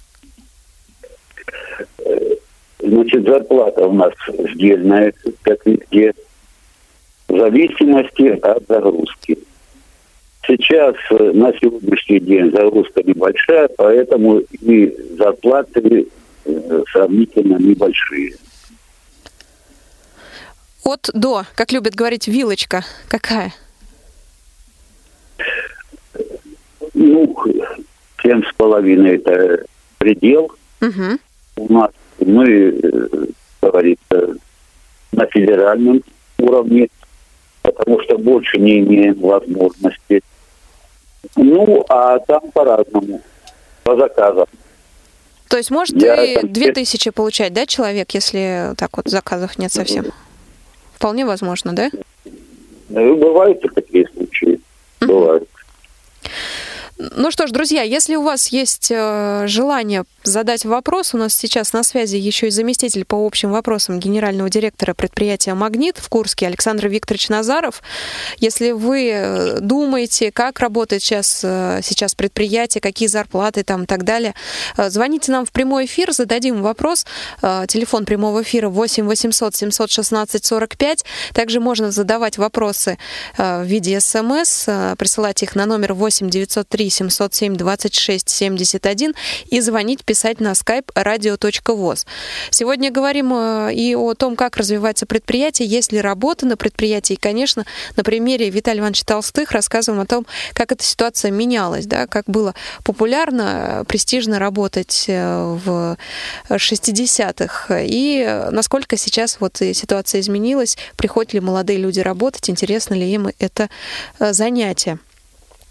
Значит, зарплата у нас сдельная, как везде, в зависимости от загрузки. Сейчас, на сегодняшний день, загрузка небольшая, поэтому и зарплаты сравнительно небольшие. От до, как любят говорить, вилочка какая? Ну, семь с половиной это предел. Угу. У нас мы, говорится, на федеральном уровне, потому что больше не имеем возможности. Ну, а там по-разному, по заказам. То есть может Я и там... две тысячи получать, да, человек, если так вот заказов нет совсем? Вполне возможно, да? Бывают и такие случаи. Uh-huh. Бывают. Ну что ж, друзья, если у вас есть э, желание задать вопрос, у нас сейчас на связи еще и заместитель по общим вопросам генерального директора предприятия «Магнит» в Курске Александр Викторович Назаров. Если вы думаете, как работает сейчас, э, сейчас предприятие, какие зарплаты там и так далее, э, звоните нам в прямой эфир, зададим вопрос. Э, телефон прямого эфира восемь восемьсот семьсот шестнадцать сорок пять. Также можно задавать вопросы э, в виде смс, э, присылать их на номер восемь девятьсот три семьсот семь двадцать шесть семьдесят один и звонить, писать на skype radio точка voz. Сегодня говорим и о том, как развивается предприятие, есть ли работа на предприятии. И, конечно, на примере Виталия Ивановича Толстых рассказываем о том, как эта ситуация менялась, да, как было популярно, престижно работать в шестидесятых и насколько сейчас вот ситуация изменилась, приходят ли молодые люди работать, интересно ли им это занятие.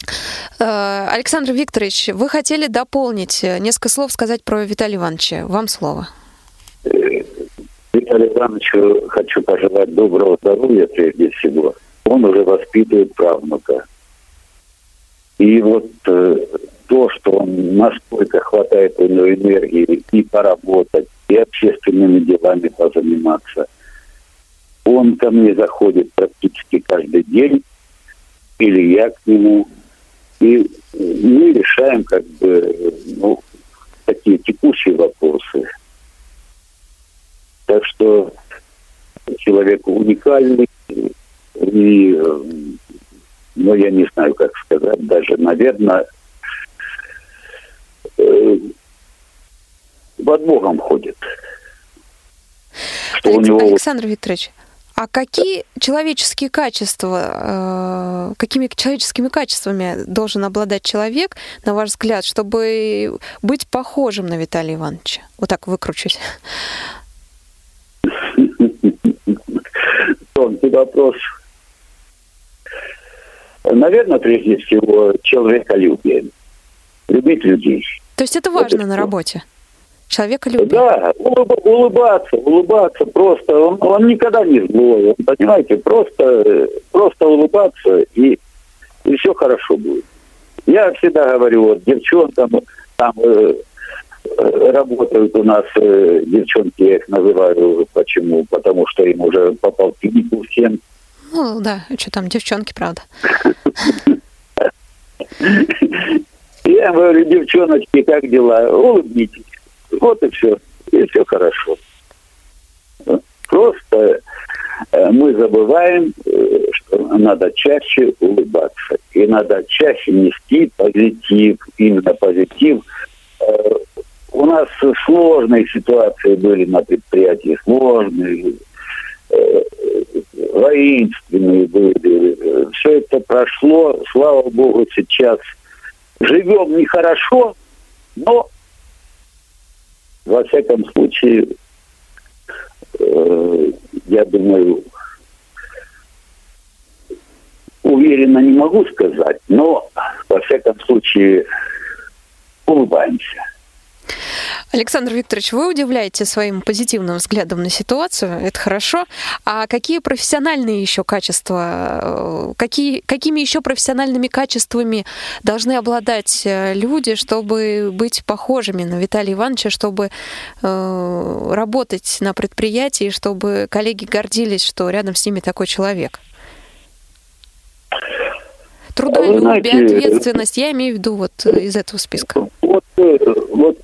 Александр Викторович, вы хотели дополнить, несколько слов сказать про Виталия Ивановича. Вам слово. Виталию Ивановичу хочу пожелать доброго здоровья прежде всего. Он уже воспитывает правнука. И вот э, то, что он настолько хватает у него энергии и поработать, и общественными делами позаниматься. Он ко мне заходит практически каждый день, или я к нему. И мы решаем как бы ну, такие текущие вопросы. Так что человек уникальный, и, ну, я не знаю, как сказать, даже, наверное, э, под Богом ходит. Что Алекс... у него... Александр Викторович, а какие человеческие качества, э, какими человеческими качествами должен обладать человек, на ваш взгляд, чтобы быть похожим на Виталия Ивановича? Вот так выкручусь. Тонкий вопрос. Наверное, прежде всего, человеколюбие. Любить людей. То есть это важно это на работе? Человеколюбие? Да, улыб, улыбаться, улыбаться просто. Он, он никогда не злой, он, понимаете, просто, просто улыбаться, и, и все хорошо будет. Я всегда говорю, вот, девчонкам, там э, э, работают у нас э, девчонки, я их называю, почему? Потому что им уже по полтиннику всем. Ну да, что там, девчонки, правда. Я говорю, девчоночки, как дела? Улыбнитесь. Вот и все. И все хорошо. Просто мы забываем, что надо чаще улыбаться. И надо чаще нести позитив, именно позитив. У нас сложные ситуации были на предприятии, сложные, воинственные были. Все это прошло, слава богу, сейчас живем нехорошо, но во всяком случае, э, я думаю, уверенно не могу сказать, но во всяком случае улыбаемся. Александр Викторович, вы удивляете своим позитивным взглядом на ситуацию, это хорошо. А какие профессиональные еще качества, какие, какими еще профессиональными качествами должны обладать люди, чтобы быть похожими на Виталия Ивановича, чтобы э, работать на предприятии, чтобы коллеги гордились, что рядом с ними такой человек? Трудолюбие, знаете, ответственность, я имею в виду вот из этого списка. Вот, вот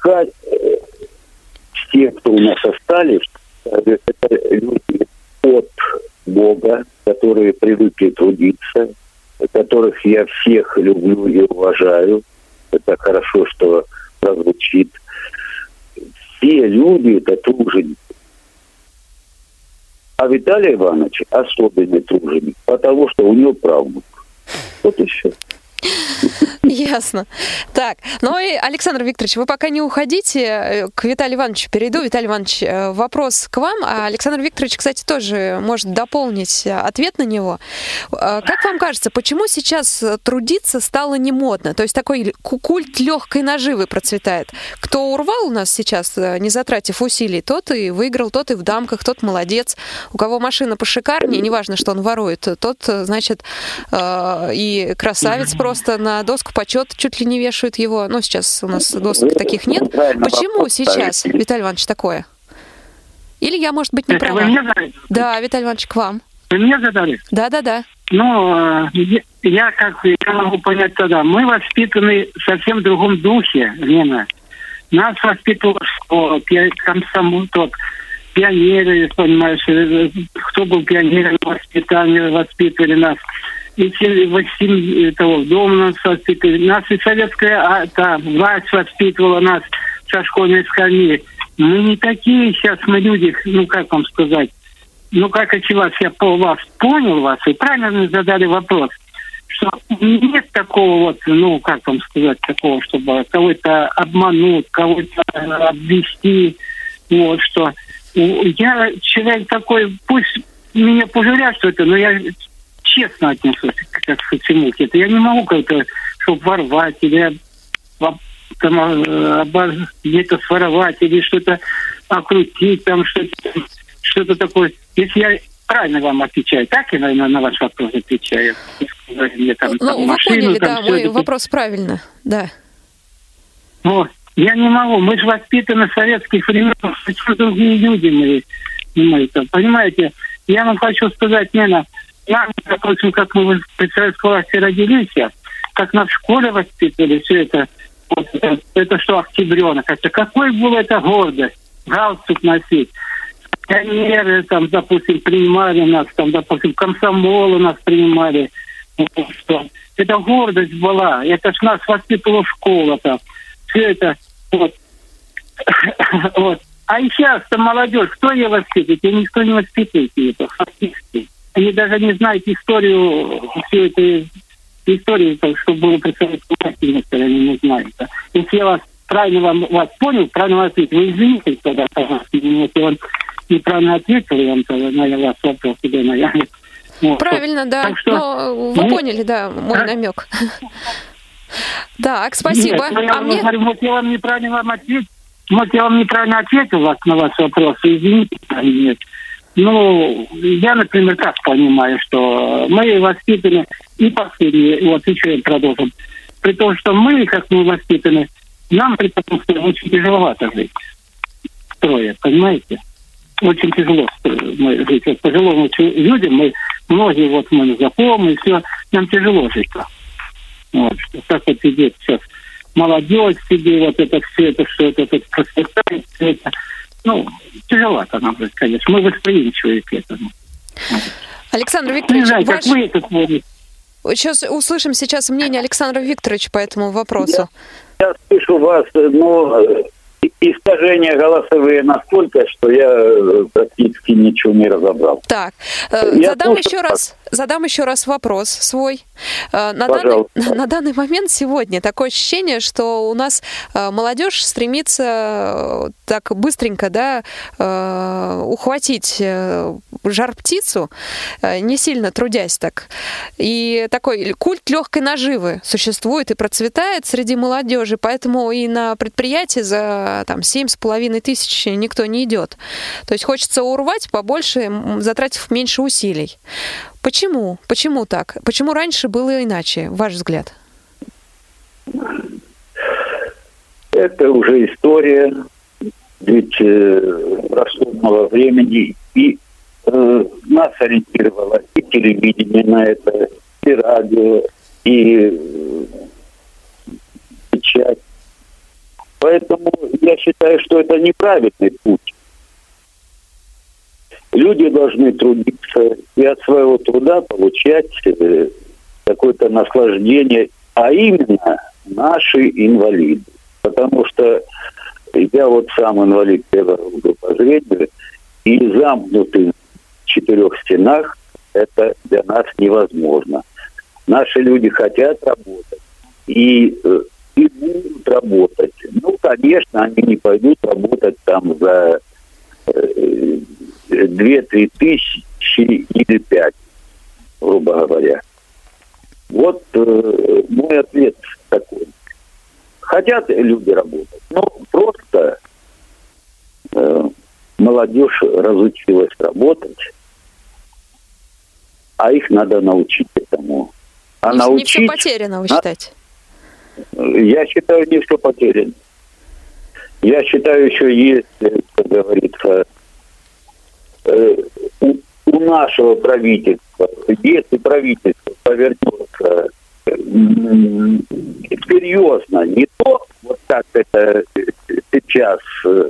те, кто у нас остались, это люди от Бога, которые привыкли трудиться, которых я всех люблю и уважаю. Это хорошо, что прозвучит. Все люди — это труженики. А Виталий Иванович особенный труженик, потому что у него правнук. Вот и все. Ясно. Так, ну и, Александр Викторович, вы пока не уходите, к Виталию Ивановичу перейду. Виталий Иванович, вопрос к вам, а Александр Викторович, кстати, тоже может дополнить ответ на него. Как вам кажется, почему сейчас трудиться стало не модно? То есть такой культ легкой наживы процветает. Кто урвал у нас сейчас, не затратив усилий, тот и выиграл, тот и в дамках, тот молодец. У кого машина пошикарнее, неважно, что он ворует, тот, значит, и красавец просто на доску почета чуть ли не вешают его. Ну, сейчас у нас досок таких нет. Почему сейчас, Виталий Иванович, такое? Или я, может быть, не Это права? Вы мне задали? Да, Виталий Иванович, к вам. Вы мне задали? Да-да-да. Ну, я как я могу понять тогда. Мы воспитаны в совсем другом духе, Лена. Нас воспитывала школа, комсомол, тот, пионеры, понимаешь, кто был пионером воспитания, воспитывали нас. И восемь того дома нас воспитывали. Нас и советская а, та, власть воспитывала нас со школьной скамьи. Мы не такие сейчас, мы люди, ну как вам сказать, ну как от вас, я по вас понял вас, и правильно задали вопрос, что нет такого вот, ну как вам сказать, такого, чтобы кого-то обмануть, кого-то обвести, вот что. Я человек такой, пусть меня пожалеют, что это, но я честно отнесусь к всему это. Я не могу как-то чтобы ворвать или там, где-то своровать или что-то окрутить, там что-то, что-то такое. Если я правильно вам отвечаю, так я, наверное, на ваш вопрос отвечаю. Мне, там, ну, там, вы машину, поняли, там, да, мой это... вопрос правильно, да. Вот. Я не могу. Мы же воспитаны в советских временах. Что другие люди мы, мы это, понимаете? Я вам хочу сказать, Нина, нам, допустим, как мы при советской власти родились, как нас в школе воспитывали, все это, вот, это, это что, октябренок, это какой был это гордость, галстук носить. Пионеры, там, допустим, принимали нас, там, допустим, комсомолы нас принимали. Вот, что. Это гордость была, это ж нас воспитывала школа там. Все это, вот. Вот. А и сейчас-то молодежь, кто ее воспитывает? И никто не воспитывает ее, фактически. Они даже не знают историю, всю эту историю, что было при советской власти, они не знают. Если я вас правильно вам, вас понял, правильно вас ответил, вы извините тогда, пожалуйста, если он неправильно ответил, я вам тогда, наверное, вас вопрос себе, наверное. Вот. Правильно, да. Так что, но вы ну, поняли, да, мой а... намек. Так, спасибо. Нет, я а мне... говорю, вот я вам неправильно вам ответил, вот я вам неправильно ответил вас на ваш вопрос, извините, нет. Ну, я, например, так понимаю, что мы воспитаны и последние, вот еще я продолжу, при том, что мы, как мы воспитаны, нам при том, что очень тяжеловато жить строя, понимаете? Очень тяжело мы жить. Вот пожилым людям, мы, многие вот мы знакомые, все, нам тяжело жить. Вот, как вот идет сейчас молодежь себе, вот это все, это все, это, это процветает, все это. Ну, тяжеловато нам жить, конечно. Мы восприимчивы к этому. Александр Викторович, не знаю, ваш... как вы это помните. Сейчас услышим сейчас мнение Александра Викторовича по этому вопросу. Я, я слышу вас, но искажения голосовые настолько, что я практически ничего не разобрал. Так, я задам слушаю, еще раз, задам еще раз вопрос свой. На данный, на данный момент сегодня такое ощущение, что у нас молодежь стремится так быстренько, да, ухватить жар-птицу, не сильно трудясь так. И такой культ легкой наживы существует и процветает среди молодежи, поэтому и на предприятии за там семь с половиной тысяч никто не идет. То есть хочется урвать побольше, затратив меньше усилий. Почему? Почему так? Почему раньше было иначе, ваш взгляд? Это уже история, ведь э, прошло мало времени, и э, нас ориентировало и телевидение на это, и радио, и э, печать. Поэтому я считаю, что это неправильный путь. Люди должны трудиться и от своего труда получать э, какое-то наслаждение, а именно наши инвалиды. Потому что я вот сам инвалид первого группы по зрению, и замкнутый в четырех стенах это для нас невозможно. Наши люди хотят работать и, и будут работать. Ну, конечно, они не пойдут работать там за э, две-три тысячи или пять, грубо говоря. Вот э, мой ответ такой. Хотят люди работать, но просто э, молодежь разучилась работать, а их надо научить этому. А не, научить, не все потеряно, вы считаете? Я считаю, не все потеряно. Я считаю, еще есть, как говорится, э, у, у нашего правительства, если правительство повернется э, серьезно, не то, вот как это сейчас э,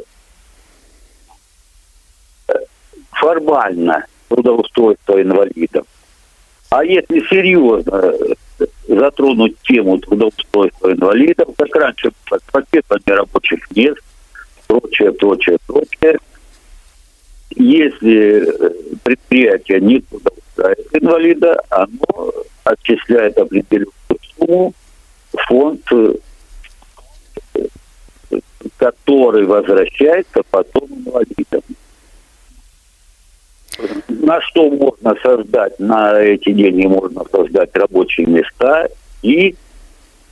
формально трудоустройство инвалидов, а если серьезно затронуть тему трудоустройства инвалидов, как раньше, пакетами рабочих мест, прочее, прочее, прочее. Если предприятие не трудоустраивает инвалида, оно отчисляет определенную сумму в фонд, который возвращается потом инвалидам. На что можно создать, на эти деньги можно создать рабочие места и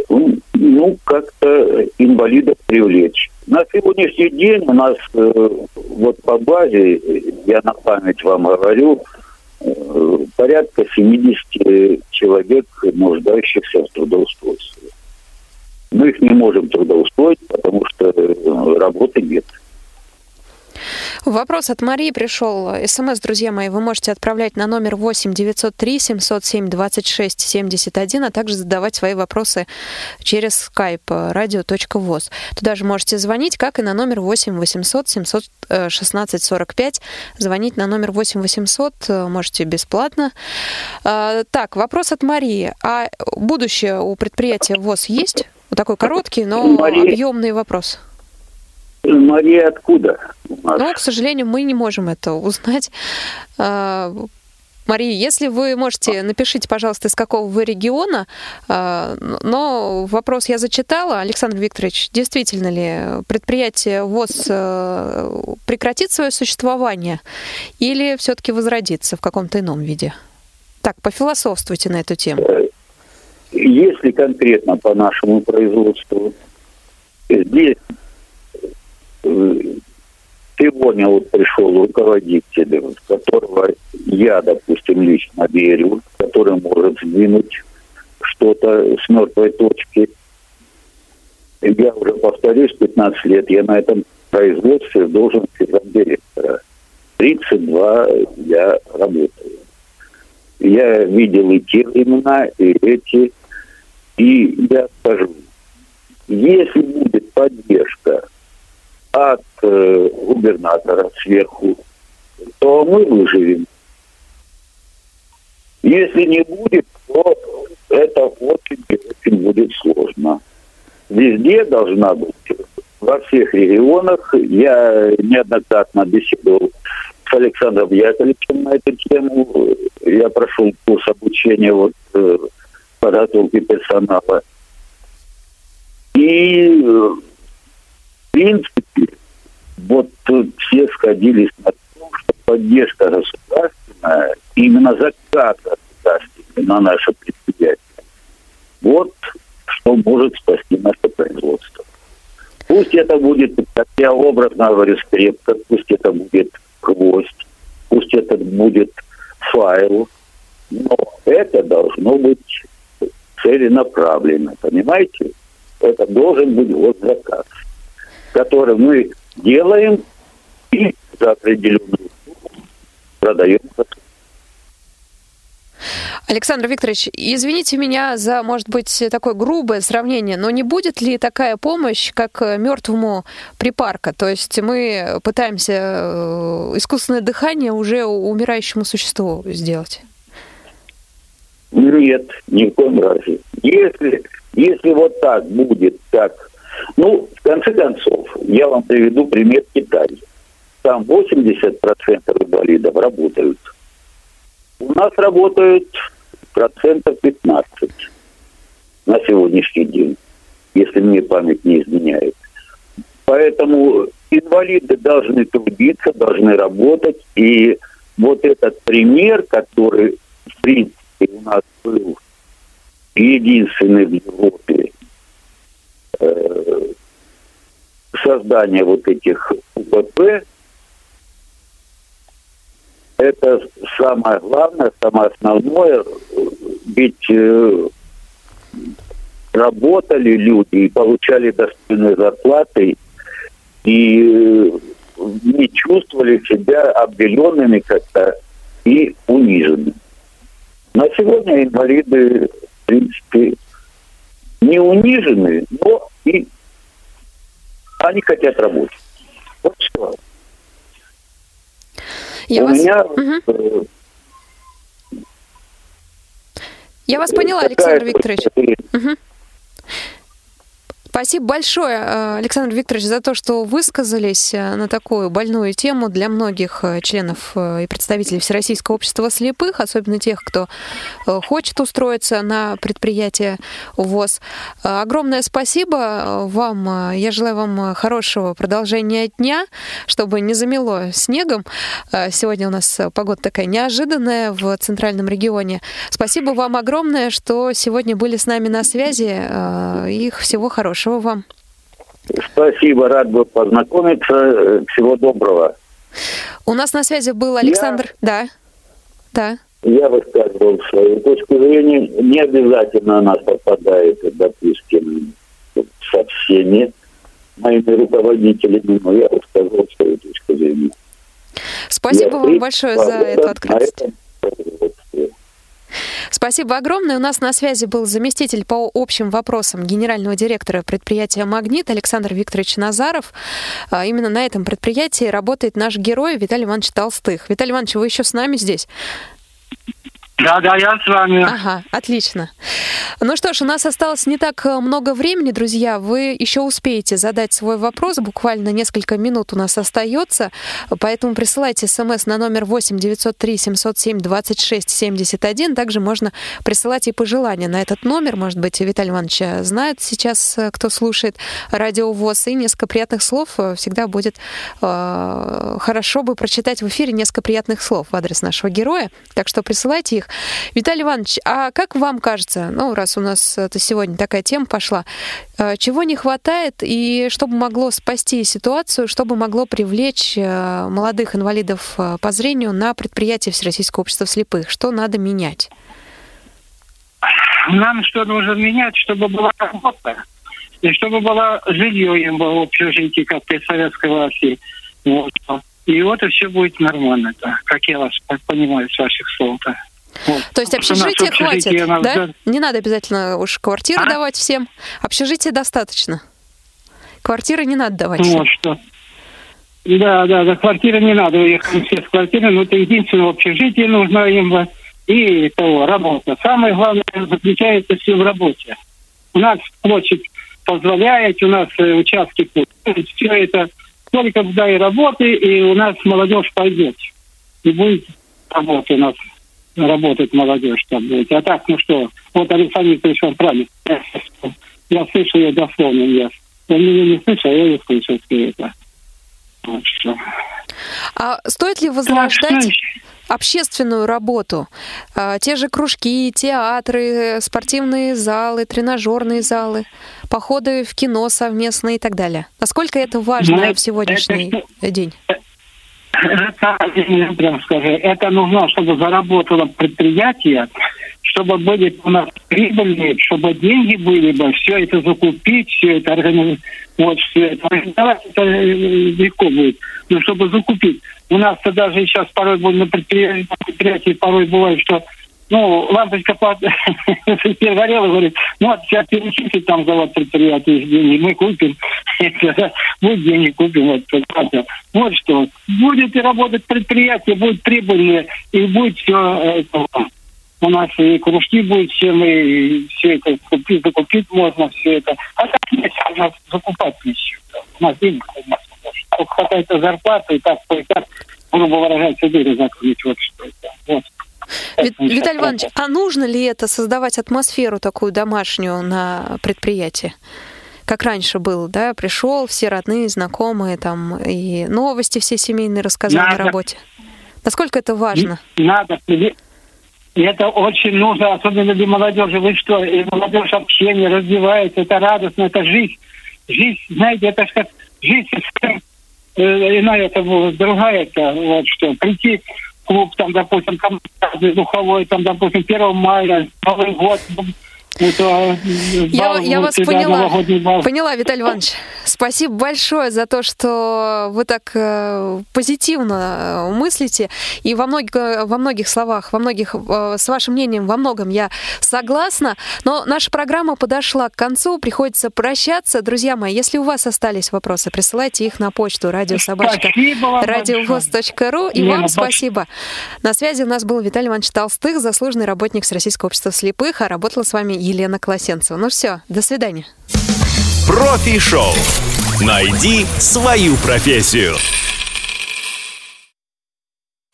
ну, как-то инвалидов привлечь. На сегодняшний день у нас э, вот по базе, я на память вам говорю, э, порядка семьдесят человек, нуждающихся в трудоустройстве. Мы их не можем трудоустроить, потому что э, работы нет. Вопрос от Марии пришел. СМС, друзья мои, вы можете отправлять на номер восемь девятьсот три семьсот семь двадцать шесть семьдесят один, а также задавать свои вопросы через skype радио точка воз. Туда же можете звонить, как и на номер восемь восемьсот семьсот шестнадцать сорок пять. Звонить на номер восемь восемьсот можете бесплатно. Так, вопрос от Марии. А будущее у предприятия ВОЗ есть? Вот такой короткий, но Мария... объемный вопрос. Мария откуда? Ну, к сожалению, мы не можем это узнать. Мария, если вы можете, напишите, пожалуйста, из какого вы региона. Но вопрос я зачитала. Александр Викторович, действительно ли предприятие ВОЗ прекратит свое существование или все-таки возродится в каком-то ином виде? Так, пофилософствуйте на эту тему. Если конкретно по нашему производству, здесь сегодня вот пришел руководитель, которого я, допустим, лично верю, который может сдвинуть что-то с мертвой точки. Я уже повторюсь, пятнадцать лет я на этом производстве должен директора. тридцать два я работаю. Я видел и те времена, и эти. И я скажу, если будет поддержка от э, губернатора сверху, то мы выживем. Если не будет, то это очень очень будет сложно. Везде должна быть, во всех регионах. Я неоднократно беседовал с Александром Яковлевичем на эту тему. Я прошел курс обучения вот, э, подготовки персонала. И в принципе, вот тут все сходились на то, что поддержка государственная, именно заказ государственный на наше предприятие, вот что может спасти наше производство. Пусть это будет, как я образно говорю, скрепка, пусть это будет гвоздь, пусть это будет файл, но это должно быть целенаправленно, понимаете? Это должен быть вот заказ, который мы делаем и за определенную сумму продаем. Александр Викторович, извините меня за, может быть, такое грубое сравнение, но не будет ли такая помощь, как мертвому припарка? То есть мы пытаемся искусственное дыхание уже умирающему существу сделать? Нет, ни в коем разе. Если, если вот так будет, так... Ну, в конце концов, я вам приведу пример Китая. Там восемьдесят процентов инвалидов работают. У нас работают процентов пятнадцать на сегодняшний день, если мне память не изменяет. Поэтому инвалиды должны трудиться, должны работать. И вот этот пример, который, в принципе, у нас был единственный в Европе, э, создание вот этих УПП, это самое главное, самое основное, ведь э, работали люди и получали достойные зарплаты, и э, не чувствовали себя обделенными как-то и униженными. На сегодня инвалиды, в принципе, не унижены, но и они хотят работать. Вот что. Я У вас... меня... Угу. Я вас поняла, Александр Викторович. Угу. Спасибо большое, Александр Викторович, за то, что высказались на такую больную тему для многих членов и представителей Всероссийского общества слепых, особенно тех, кто хочет устроиться на предприятие ВОС. Огромное спасибо вам. Я желаю вам хорошего продолжения дня, чтобы не замело снегом. Сегодня у нас погода такая неожиданная в центральном регионе. Спасибо вам огромное, что сегодня были с нами на связи. Их всего хорошего вам. Спасибо, рад был познакомиться. Всего доброго. У нас на связи был Александр. Я... Да, да. Я высказывал свою точку зрения. Не обязательно она совпадает, допустим, со всеми моими руководителями, но я высказывал свою точку зрения. Спасибо я вам большое за эту открытость. Это... Спасибо огромное. У нас на связи был заместитель по общим вопросам генерального директора предприятия «Магнит» Александр Викторович Назаров. Именно на этом предприятии работает наш герой Виталий Иванович Толстых. Виталий Иванович, вы еще с нами здесь? Да, да, я с вами. Ага, отлично. Ну что ж, у нас осталось не так много времени, друзья. Вы еще успеете задать свой вопрос. Буквально несколько минут у нас остается. Поэтому присылайте смс на номер восемь девятьсот три семьсот семь двадцать шесть семьдесят один. Также можно присылать и пожелания на этот номер. Может быть, Виталий Иванович знает сейчас, кто слушает радио ВОС. И несколько приятных слов всегда будет э, хорошо бы прочитать в эфире несколько приятных слов в адрес нашего героя. Так что присылайте их. Виталий Иванович, а как вам кажется, ну, раз у нас это сегодня такая тема пошла, чего не хватает и что бы могло спасти ситуацию, что бы могло привлечь молодых инвалидов по зрению на предприятие Всероссийского общества слепых? Что надо менять? Нам что нужно менять, чтобы была работа, и чтобы было жилье им было в общежитии, как при советской власти. Вот. И вот и все будет нормально, да, как я вас понимаю с ваших слов-то. Вот. То есть общежития хватит, нас, да? да? Не надо обязательно уж квартиры а? давать всем. Общежития достаточно. Квартиры не надо давать. Ну, что? Да, да, да, квартиры не надо. Уехали все с квартиры, но это единственное общежитие нужно им. И того, работа. Самое главное заключается все в работе. У нас площадь позволяет, у нас участки, все это только дай работы, и у нас молодежь пойдет. И будет работа у нас. Работает молодежь там будет. А так, ну что, вот Александр Викторович, он правильно. Я слышу ее дословно, я. Он меня не слышал, я ее слышал. Это. Вот что. А стоит ли возрождать общественную работу? А, те же кружки, театры, спортивные залы, тренажерные залы, походы в кино совместные и так далее. Насколько это важно ну, в сегодняшний это, день? Это, я прям скажу, это нужно, чтобы заработало предприятие, чтобы были у нас прибыльные, чтобы деньги были бы, все это закупить, все это организовать, вот все это организовать, это легко будет, но чтобы закупить. У нас даже сейчас порой на предприятии, на предприятии порой бывает, что ну, лампочка перегорела, говорит, ну, вот сейчас перечислить там завод предприятия, деньги, мы купим, будет деньги, купим, вот, вот что. Будет и работать предприятие, будет прибыльное, и будет все это. У нас и кружки будет, все мы, все это купить, закупить можно, все это. А так нет, у нас закупать ничего. У нас денег у нас только какая-то зарплата, и так, и так, грубо выражаться, дыры закрыть, вот что это. Вот. Виталий Иванович, а нужно ли это создавать атмосферу такую домашнюю на предприятии? Как раньше было, да? Пришел, все родные, знакомые, там, и новости все семейные рассказали на работе. Насколько это важно? Надо. Это очень нужно, особенно для молодежи. Вы что, и молодежь общение развивается, это радостно, это жизнь. Жизнь, знаете, это как жизнь, иная это другая, это вот что. Прийти клуб, там, допустим, духовой, там, допустим, первого мая, Новый год. Это, я бал, я вот, вас поняла. Бал. Поняла, Виталий Иванович. Спасибо большое за то, что вы так э, позитивно мыслите. И во многих, во многих словах, во многих, э, с вашим мнением во многом я согласна. Но наша программа подошла к концу. Приходится прощаться. Друзья мои, если у вас остались вопросы, присылайте их на почту радиособачка радиовоз точка ру. И вам спасибо. На связи у нас был Виталий Иванович Толстых, заслуженный работник Всероссийского общества слепых, а работала с вами Елена Колосенцева. Ну все, до свидания. Профи-шоу. Найди свою профессию.